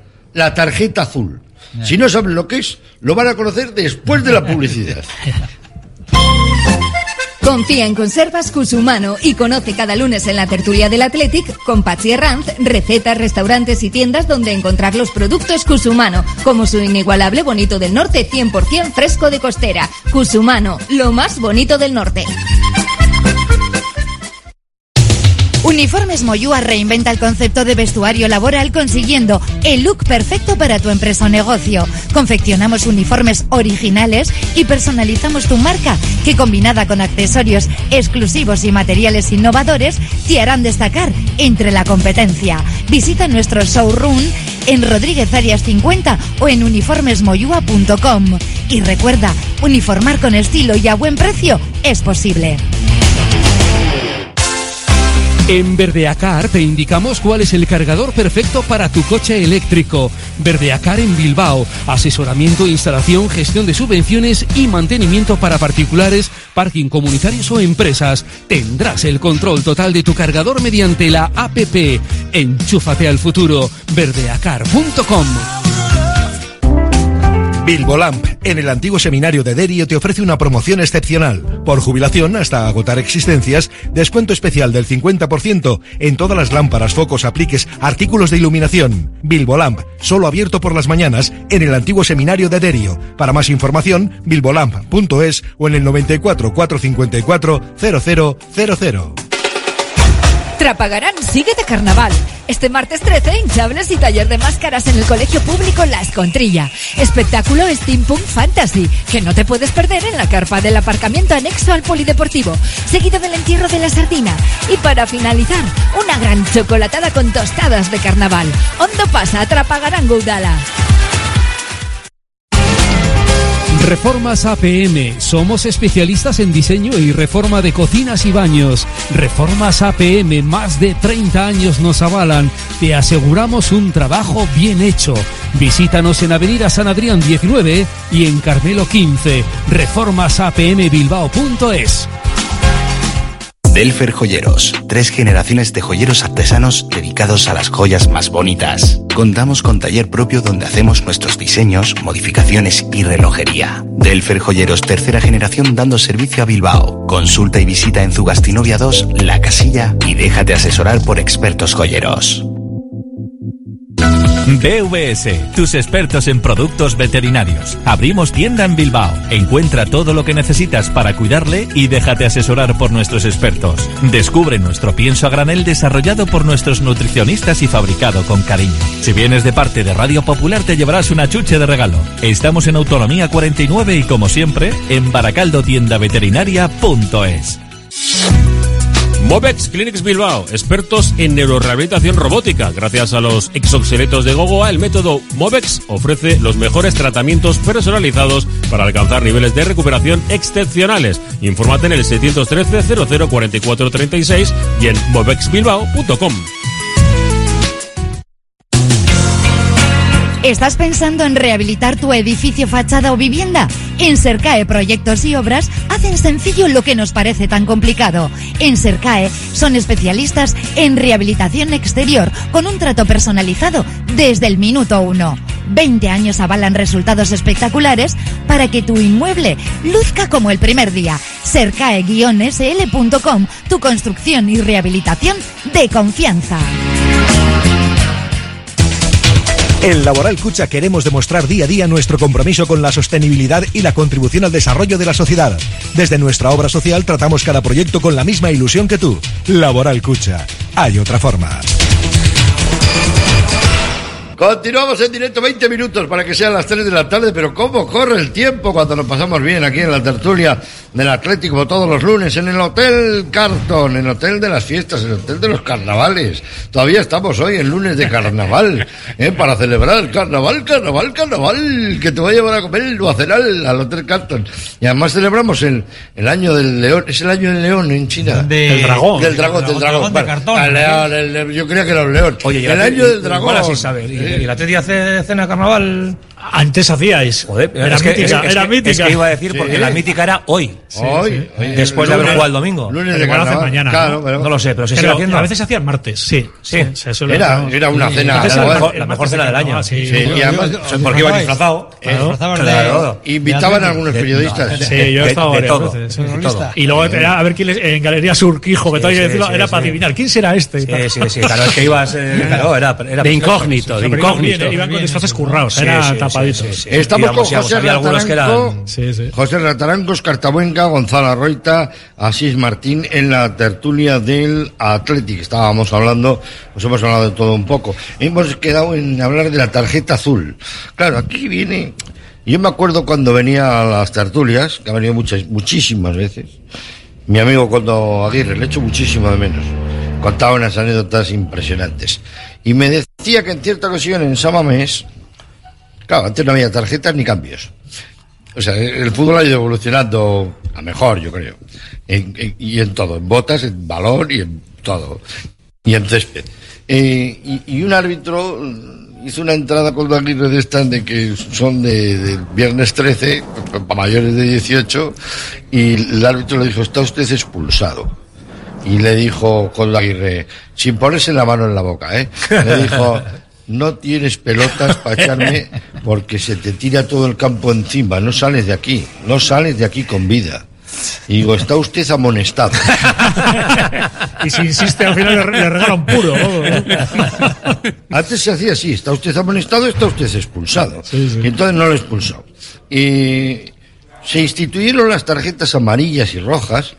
la tarjeta azul. Si no saben lo que es, lo van a conocer después de la publicidad. Confía en Conservas Cusumano y conoce cada lunes en la tertulia del Athletic con Pachi Herranz recetas, restaurantes y tiendas donde encontrar los productos Cusumano, como su inigualable bonito del norte cien por ciento fresco de costera. Cusumano, lo más bonito del norte. Uniformes Moyúa reinventa el concepto de vestuario laboral consiguiendo el look perfecto para tu empresa o negocio. Confeccionamos uniformes originales y personalizamos tu marca, que combinada con accesorios exclusivos y materiales innovadores te harán destacar entre la competencia. Visita nuestro showroom en Rodríguez Arias cincuenta o en uniformes moyúa punto com. Y recuerda, uniformar con estilo y a buen precio es posible. En Verdeacar te indicamos cuál es el cargador perfecto para tu coche eléctrico. Verdeacar en Bilbao. Asesoramiento, instalación, gestión de subvenciones y mantenimiento para particulares, parking comunitarios o empresas. Tendrás el control total de tu cargador mediante la app. Enchúfate al futuro. verdeacar punto com. Bilbolamp, en el antiguo seminario de Derio, te ofrece una promoción excepcional. Por jubilación, hasta agotar existencias, descuento especial del cincuenta por ciento en todas las lámparas, focos, apliques, artículos de iluminación. Bilbolamp, solo abierto por las mañanas en el antiguo seminario de Derio. Para más información, bilbolamp punto es o en el noventa y cuatro, cuatrocientos cincuenta y cuatro, cero cero cero cero. Trapagarán sigue de carnaval. Este martes trece, hinchables y taller de máscaras en el Colegio Público La Escontrilla. Espectáculo Steampunk Fantasy, que no te puedes perder en la carpa del aparcamiento anexo al Polideportivo, seguido del entierro de la sardina. Y para finalizar, una gran chocolatada con tostadas de carnaval. Ondo pasa, Trapagarán Goudala. Reformas A P M. Somos especialistas en diseño y reforma de cocinas y baños. Reformas A P M, más de treinta años nos avalan. Te aseguramos un trabajo bien hecho. Visítanos en Avenida San Adrián diecinueve y en Carmelo quince. reformas a p m bilbao punto es. Delfer Joyeros, tres generaciones de joyeros artesanos dedicados a las joyas más bonitas. Contamos con taller propio donde hacemos nuestros diseños, modificaciones y relojería. Delfer Joyeros, tercera generación dando servicio a Bilbao. Consulta y visita en Zugastinovia dos, La Casilla y déjate asesorar por expertos joyeros. D V S, tus expertos en productos veterinarios. Abrimos tienda en Bilbao. Encuentra todo lo que necesitas para cuidarle y déjate asesorar por nuestros expertos. Descubre nuestro pienso a granel desarrollado por nuestros nutricionistas y fabricado con cariño. Si vienes de parte de Radio Popular te llevarás una chuche de regalo. Estamos en Autonomía cuarenta y nueve y como siempre en baracaldo tienda veterinaria punto es. Movex Clinics Bilbao, expertos en neurorehabilitación robótica. Gracias a los exoesqueletos de Gogoa, el método Movex ofrece los mejores tratamientos personalizados para alcanzar niveles de recuperación excepcionales. Infórmate en el seiscientos trece, cero cero, cuarenta y cuatro treinta y seis y en movex bilbao punto com. ¿Estás pensando en rehabilitar tu edificio, fachada o vivienda? En Sercae Proyectos y Obras hacen sencillo lo que nos parece tan complicado. En Sercae son especialistas en rehabilitación exterior con un trato personalizado desde el minuto uno. veinte años avalan resultados espectaculares para que tu inmueble luzca como el primer día. Sercae guion s l punto com, tu construcción y rehabilitación de confianza. En Laboral Cucha queremos demostrar día a día nuestro compromiso con la sostenibilidad y la contribución al desarrollo de la sociedad. Desde nuestra obra social tratamos cada proyecto con la misma ilusión que tú. Laboral Cucha. Hay otra forma. Continuamos en directo, veinte minutos para que sean las tres de la tarde, pero cómo corre el tiempo cuando nos pasamos bien aquí en la tertulia del Atlético todos los lunes en el Hotel Carton, en el Hotel de las Fiestas, en el Hotel de los Carnavales. Todavía estamos hoy en lunes de Carnaval, ¿eh? Para celebrar el Carnaval, Carnaval, Carnaval, que te voy a llevar a comer o a cenar al Hotel Carton. Y además celebramos el, el año del león, es el año del león en China. De, del dragón. Del dragón, del dragón. dragón de cartón. El león, el, el, yo creía que era un león. Oye, el año del dragón. Así saber. ¿Y la Teddy hace cena de carnaval? Antes hacíais. Joder, era es que, mítica, es, es era que, mítica. Es que iba a decir, porque sí. la mítica era hoy. Sí, hoy, sí. hoy, Después de haber jugado el domingo. Lunes El de igual lo hacen carnaval. mañana, Claro, ¿no? pero- No lo sé, pero se Pero sigue haciendo. a veces se hacía el martes, sí. Sí. se suele Era, hacer. era una cena. Antes la era el mejor- mar- la mejor el cena del martes año. sí. Sí, y además, Porque iba disfrazado. Claro. Disfrazabas de- Claro. invitaban a algunos De- periodistas. de- Sí, yo he de- estado de varias todo, veces. de todo. Y luego era a ver quién les, en Galería Surquijo, que Sí, todo hay que sí, decirlo, sí, era sí. para adivinar quién será este. y Sí, tal. sí, sí, claro, es que ibas, eh, claro, era, era De incógnito, de Pero iban incógnito. bien, iban con disfraces currados, Sí, era sí, sí, tapaditos. sí, sí. Estamos Íbamos, con íbamos, José había algunos que Rataranco, eran- Sí, sí. José Rataranco, Escartabuenca, Gonzalo Roita, Asís Martín en la tertulia del Athletic. Estábamos hablando, pues hemos hablado de todo un poco. Hemos quedado en hablar de la tarjeta azul. Claro, aquí viene... Yo me acuerdo cuando venía a las tertulias, que ha venido muchas, muchísimas veces, mi amigo Coldo Aguirre, le echo muchísimo de menos, contaba unas anécdotas impresionantes. Y me decía que en cierta ocasión en Samamés, claro, antes no había tarjetas ni cambios. O sea, el fútbol ha ido evolucionando a mejor, yo creo. En, en, y en todo, en botas, en balón y en todo. Y en césped. Eh, y, y un árbitro hizo una entrada con los Aguirre de estas de que son de, de viernes trece, para mayores de dieciocho, y el árbitro le dijo, está usted expulsado. Y le dijo con Aguirre, sin ponerse la mano en la boca, ¿eh? Le dijo, no tienes pelotas para echarme porque se te tira todo el campo encima, no sales de aquí, no sales de aquí con vida. Y digo, está usted amonestado. Y si insiste, al final le, le regalan puro. ¿no? Antes se hacía así, está usted amonestado, está usted expulsado. Sí, sí. Y entonces no lo expulsó. Y se instituyeron las tarjetas amarillas y rojas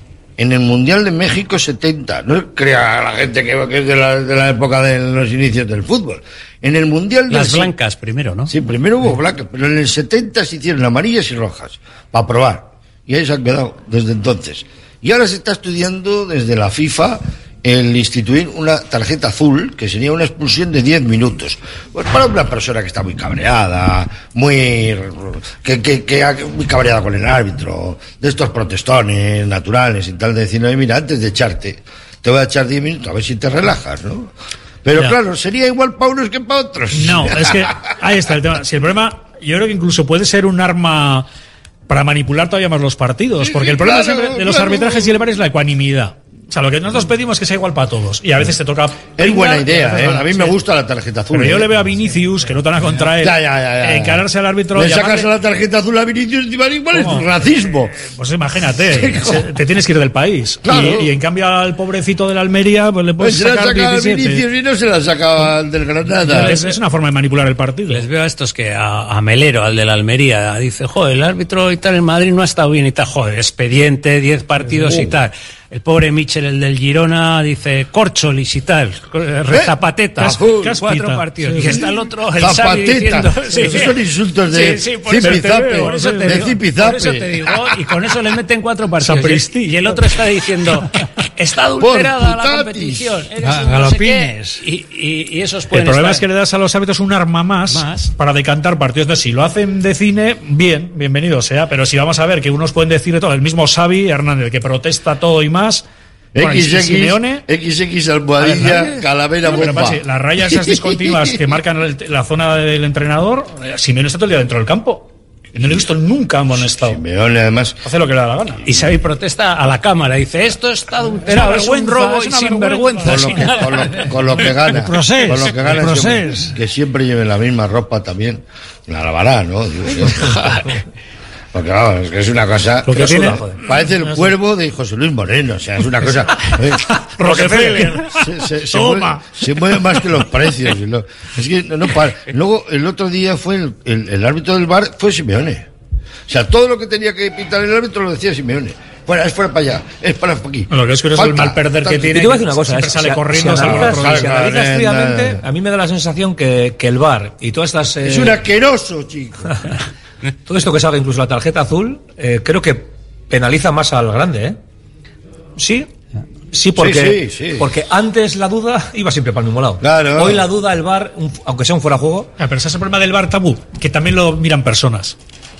en el Mundial de México setenta. No crea la gente que, que es de la, de la época de los inicios del fútbol. En el Mundial del Las se- blancas primero, ¿no? Sí, primero hubo blancas, pero en el setenta se hicieron amarillas y rojas, para probar. Y ahí se han quedado desde entonces. Y ahora se está estudiando desde la FIFA el instituir una tarjeta azul, que sería una expulsión de diez minutos. Pues para una persona que está muy cabreada, muy que, que, que ha- muy cabreada con el árbitro, de estos protestones naturales y tal, de decir, "Oye, mira, antes de echarte, te voy a echar diez minutos, a ver si te relajas, ¿no?" Pero Ya. claro, sería igual para unos que para otros. No, es que ahí está el tema. Si el problema, yo creo que incluso puede ser un arma para manipular todavía más los partidos, Sí, porque sí, el problema claro, siempre de los claro. arbitrajes y el V A R es la ecuanimidad. O sea, lo que nosotros pedimos es que sea igual para todos. Y a veces te toca... Es buena pringar, idea, y veces ¿eh? no. A mí Sí. me gusta la tarjeta azul. Pero yo ¿eh? le veo a Vinicius, que no te van a contra él, Ya, ya, ya, ya. encararse al árbitro... Le llamarle- sacas la tarjeta azul a Vinicius y van igual, ¿Cómo? es racismo. Pues imagínate, se- te tienes que ir del país. Claro. Y, y en cambio al pobrecito del Almería, pues le Pues puedes se la sacar sacaba a diecisiete. Vinicius y no se la sacaba del Granada. Es, es una forma de manipular el partido. Les veo a estos que a, a Melero, al de la Almería, dice, joder, el árbitro y tal en Madrid no ha estado bien y tal, joder, expediente, diez partidos y tal. El pobre Michel, el del Girona, dice, Córcholis y tal, Zapateta, Azul. cuatro Sí. partidos. Sí. Y está el otro, el Zapateta. Xavi diciendo... Esos son insultos de Sí, sí, por eso te zipizape, digo, por eso te de digo, zipizape. por eso te digo, y con eso le meten cuatro partidos. Sapristi. Y el otro está diciendo, está adulterada la competición. eres Ah, un no sé qué. galopines. Y, y, y esos El pueden problema estar- es que le das a los árbitros un arma más, Más. para decantar partidos. Entonces, si lo hacen de cine, bien, bienvenido sea. Pero si vamos a ver que unos pueden decir de todo, el mismo Xavi Hernández, que protesta todo y más. Bueno, y- y X X, Simeone, X X A ver, almohadilla, nadie- calavera, No, pero bomba. pasa, las rayas esas discontinuas que marcan el- la zona del entrenador, eh, Simeone está todo el día dentro del campo. No lo he visto nunca amonestado. Simeone, además. Hace lo que le da la gana. Y Xavi protesta a la cámara, dice, esto está adulterado, Es es, una un vergüenza, robo es y una sin vergüenza. vergüenza. Con lo, que, con, lo, con lo que gana. El procés, con lo que gana el ese hombre, procés. que siempre lleve la misma ropa también. La lavará, ¿no? Digo yo. Porque vamos, es que es una cosa. Lo que es una- tiene- parece el cuervo de José Luis Moreno. O sea, es una cosa. eh, Rockefeller. Se, se- se Toma. mueve, se mueve más que los precios. y lo- es que no, no para. Luego, el otro día fue el, el, el árbitro del V A R, fue Simeone. O sea, todo lo que tenía que pitar el árbitro lo decía Simeone. Fuera, es fuera para allá, es para aquí. Lo que es curioso es el Falta, mal perder que tal. tiene. Y te voy a decir una cosa, Siempre es- sale si, corriendo. si sale analizas, otro. si analizas Claro, fríamente, no, no. a mí me da la sensación que, que el V A R y todas estas... eh, Es un asqueroso, chico. todo esto que salga, incluso la tarjeta azul, eh, creo que penaliza más al grande, ¿eh? Sí, sí, porque, Sí, sí, sí. porque antes la duda iba siempre para el mismo lado. Claro. Hoy la duda, el V A R, un- aunque sea un fuera de juego, Ah, pero ese es el problema del bar tabú, que también lo miran personas.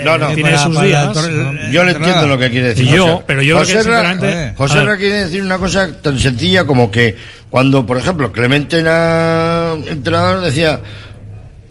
No, no. Tiene Para- sus para días. el- yo le entiendo lo que quiere decir. Y yo, José. pero yo José creo que Ra- sinceramente... José a ver, Ra quiere decir una cosa tan sencilla como que cuando, por ejemplo, Clemente era entrenador decía,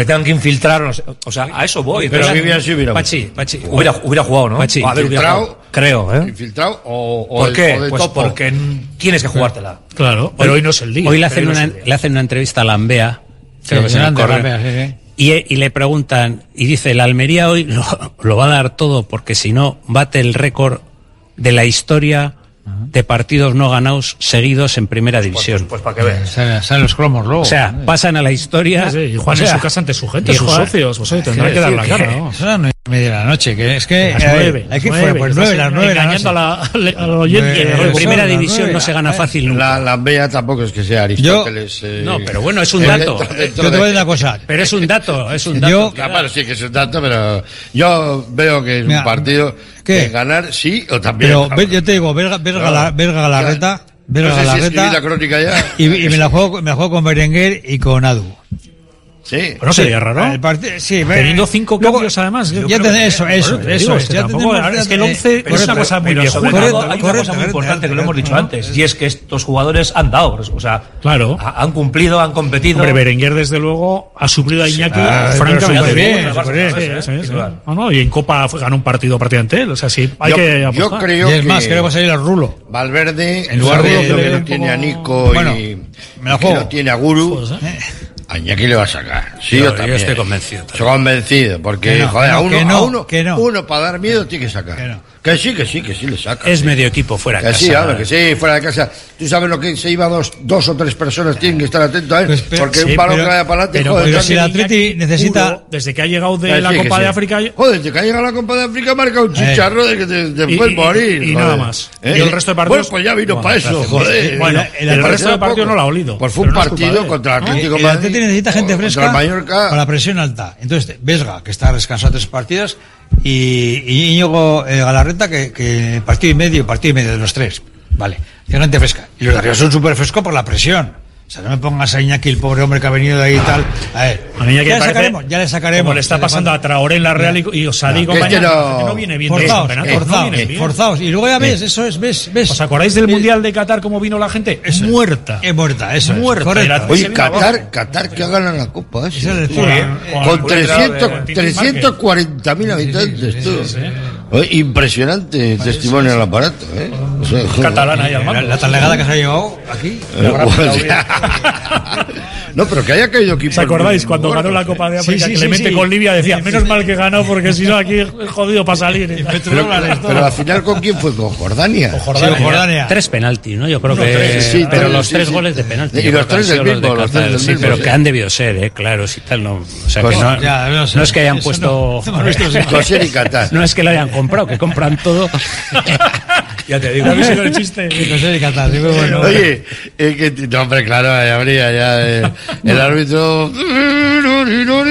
le tengan que infiltrar, no sé, o sea, a eso voy. Pero Entonces, Vivian sí hubiera Pachi, Pachi, hubiera, hubiera jugado, ¿no? Pachi, A ver, hubiera infiltrado, jugado. Creo, ¿eh? Infiltrado o, o ¿Por el- qué? o de Pues topo. porque tienes que jugártela. Claro, pero hoy no es el día. Hoy le Pero hacen, no es una, el día. le hacen una entrevista a Lambea creo Sí, que es en el Hernández Correo. Rapea, sí, sí. Y, y le preguntan, y dice, el Almería hoy lo, lo va a dar todo, porque si no, bate el récord de la historia de partidos no ganados seguidos en primera división. Pues, pues para que veas. Salen, salen los cromos luego. O sea, pasan a la historia. Sí, sí, y juegan o sea, en su casa ante su gente, y sus juegan- socios, pues oye, tendrán que dar la cara, ¿no? Son las nueve y media de la noche, que es que... Las a ver, nueve, hay que las fuera, nueve, pues estás nueve, las nueve de la engañando noche. a la- al oyente. Nueve, en primera las división nueve, no se gana eh. fácil nunca. La, la Bea tampoco es que sea Aristóteles. eh, No, pero bueno, es un eh, dato. dentro- dentro Yo te de- voy a decir una cosa. Pero es un dato, es un dato. Yo- Ah, bueno, sí que es un dato, pero yo veo que es Mira, un partido ¿qué? que ganar sí o también. Pero ve- yo te digo, Verga, Verga, Claro. la, Verga Galarreta, Verga No sé si Galarreta, escribí la crónica ya. y, y me la juego, me la juego con Berenguer y con Adu. Sí. Pero no sería raro. El partido- sí, ve- Teniendo cinco luego- cambios además. yo ya creo tenés que- eso, por eso, te eso digo, es, es que ya tampoco- tenemos- ahora es que el eh, once es correcto, una cosa muy Pero sobre viejuda. todo hay una cosa muy importante que lo hemos dicho antes, y es que estos jugadores han dado, o sea, Claro. ha- han cumplido, han competido. Hombre, Berenguer, desde luego, ha suplido a Iñaki Ah, francamente súper bien, bien. súper bien. Sí, sí, sí. Claro. No, no, y en Copa fue- ganó un partido prácticamente él. O sea, sí, hay Yo- que yo apostar. creo Y es que más, creo que va a salir el Rulo. Valverde, En lugar de- sabiendo de- que de no un tiene poco- a Nico Bueno, y, me la y que juego. no tiene a Guru, Pues, ¿eh? a Iñaki le va a sacar. Sí, Yo- yo, yo también. estoy convencido Estoy convencido, porque Que no, joder, que no, a uno, que no, a uno, que no. uno para dar miedo tiene que sacar. Que no. Que sí, que sí, que sí le saca. Es sí. medio equipo fuera de Que casa. sí, hombre, que sí, fuera de casa. Tú sabes lo que se iba dos, dos o tres personas tienen que estar atentos a él. Pues, pero- porque sí, un balón pero- que vaya para adelante, pero- joder, pero también- si el Atleti necesita... Puro, desde que ha llegado de Que la sí, que Copa sí. de África. Joder, desde que ha llegado la Copa de África marca un chicharro de que te, te Y- puedes y- morir. y joder. nada más. ¿Eh? Y el resto de partidos- Bueno, pues ya vino Bueno, para eso, gracias. joder. Bueno, El- el el resto de partidos no lo ha olido. Pues fue un Pero no es culpa partido de él, contra el ¿no? Atlético El Madrid, Atleti necesita gente contra fresca el Mallorca. con la presión alta. Entonces, Vesga, que está descansado tres partidos, y, y Íñigo eh, Galarreta, que, que partido y medio, partido y medio de los tres. Vale, tiene gente fresca. Y los de arriba son súper frescos por la presión. O sea, no me pongas a Iñaki, el pobre hombre que ha venido de ahí y tal. A ver, A Iñaki ya le parece sacaremos, ya le sacaremos. Como le está pasando a Traoré en la Real y, y Osadi y No, que compañía. es que no- que no viene bien de Forzaos, campeonato, eh, no forzaos, viene bien. forzaos. Y luego ya ves, eso es, ves, ves. ¿Os acordáis del Mundial de Qatar cómo vino la gente? Eso es. Muerta. Es muerta, eso Muerta, es. Correcto. y la- Oye, se vino abajo. Qatar, Qatar que hagan la Copa. ¿eh? Eso es el Sí, fútbol. ¿eh? Con- Con con trescientos, Marque. trescientos cuarenta mil habitantes, tú. Oye, impresionante testimonio al aparato, ¿eh? O sea, joder. Catalana ahí al La, mando. la talegada que se ha llevado aquí. Eh, o sea, no, pero que haya caído aquí. ¿Os acordáis cuando ganó la Copa de África sí, que sí, le mete sí. con Libia? Decía, Sí, menos sí. mal que ganó porque si no aquí es jodido para salir. y tal. Pero, pero al final, ¿con quién fue? ¿Con Jordania? O Jordania. Sí, Jordania. Tres penaltis, ¿no? Yo creo No, que. tres, sí, pero tres, los sí, tres sí. goles de penalti. Y yo los creo que tres han sido del los de mismo, los Qatar, tres del sí, mismo, pero sí. que han debido ser, ¿eh? Claro, si tal, no. O sea, Pues que no, ya, no sé. no es que hayan Eso puesto. no. Hemos visto los Coser y Qatar. No es que lo hayan comprado, que compran todo. Ya te digo. ¿No habéis oído el chiste? Sí, José de Qatar, sí, muy bueno. Oye, eh, que, no, hombre, claro, ya habría ya eh, el árbitro. Ahora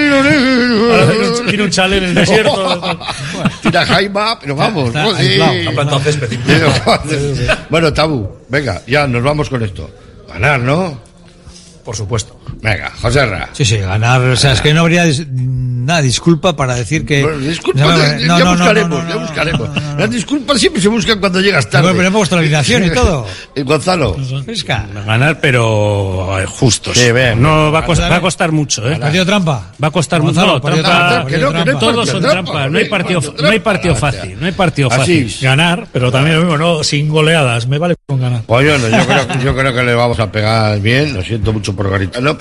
tiene un- tiene un chale en el desierto. Tira Jaima, pero vamos, Está joder. aislado. Ha plantado césped. Pero, joder. Bueno, Tabú, venga, ya nos vamos con esto. Ganar, ¿no? Por supuesto. Venga, José Ra. Sí, sí, ganar. O sea, es que no habría dis- nada disculpa para decir que. Bueno, disculpas, No, ya, no, ya no, no, buscaremos, no, no, ya no, buscaremos. no, no, no. Las disculpas siempre se buscan cuando llegas tarde. Bueno, pero hemos puesto la alineación y todo. Eh, Gonzalo. Fresca. Ganar, pero eh, justos. Sí, bien. No va a, costar, va a costar mucho, ¿eh? ¿Partido trampa? Va a costar mucho. Gonzalo, No, partido trampa- trampa, que no, que no hay trampa. Todos partido son trampa, trampas. No hay partido, partido no hay trampa, partido hostia. fácil. No hay partido Así. fácil. Ganar, pero también lo mismo, no, sin goleadas. Me vale con ganar. Pues yo, no, yo, creo, yo creo que le vamos a pegar bien. Lo siento mucho por Garitano.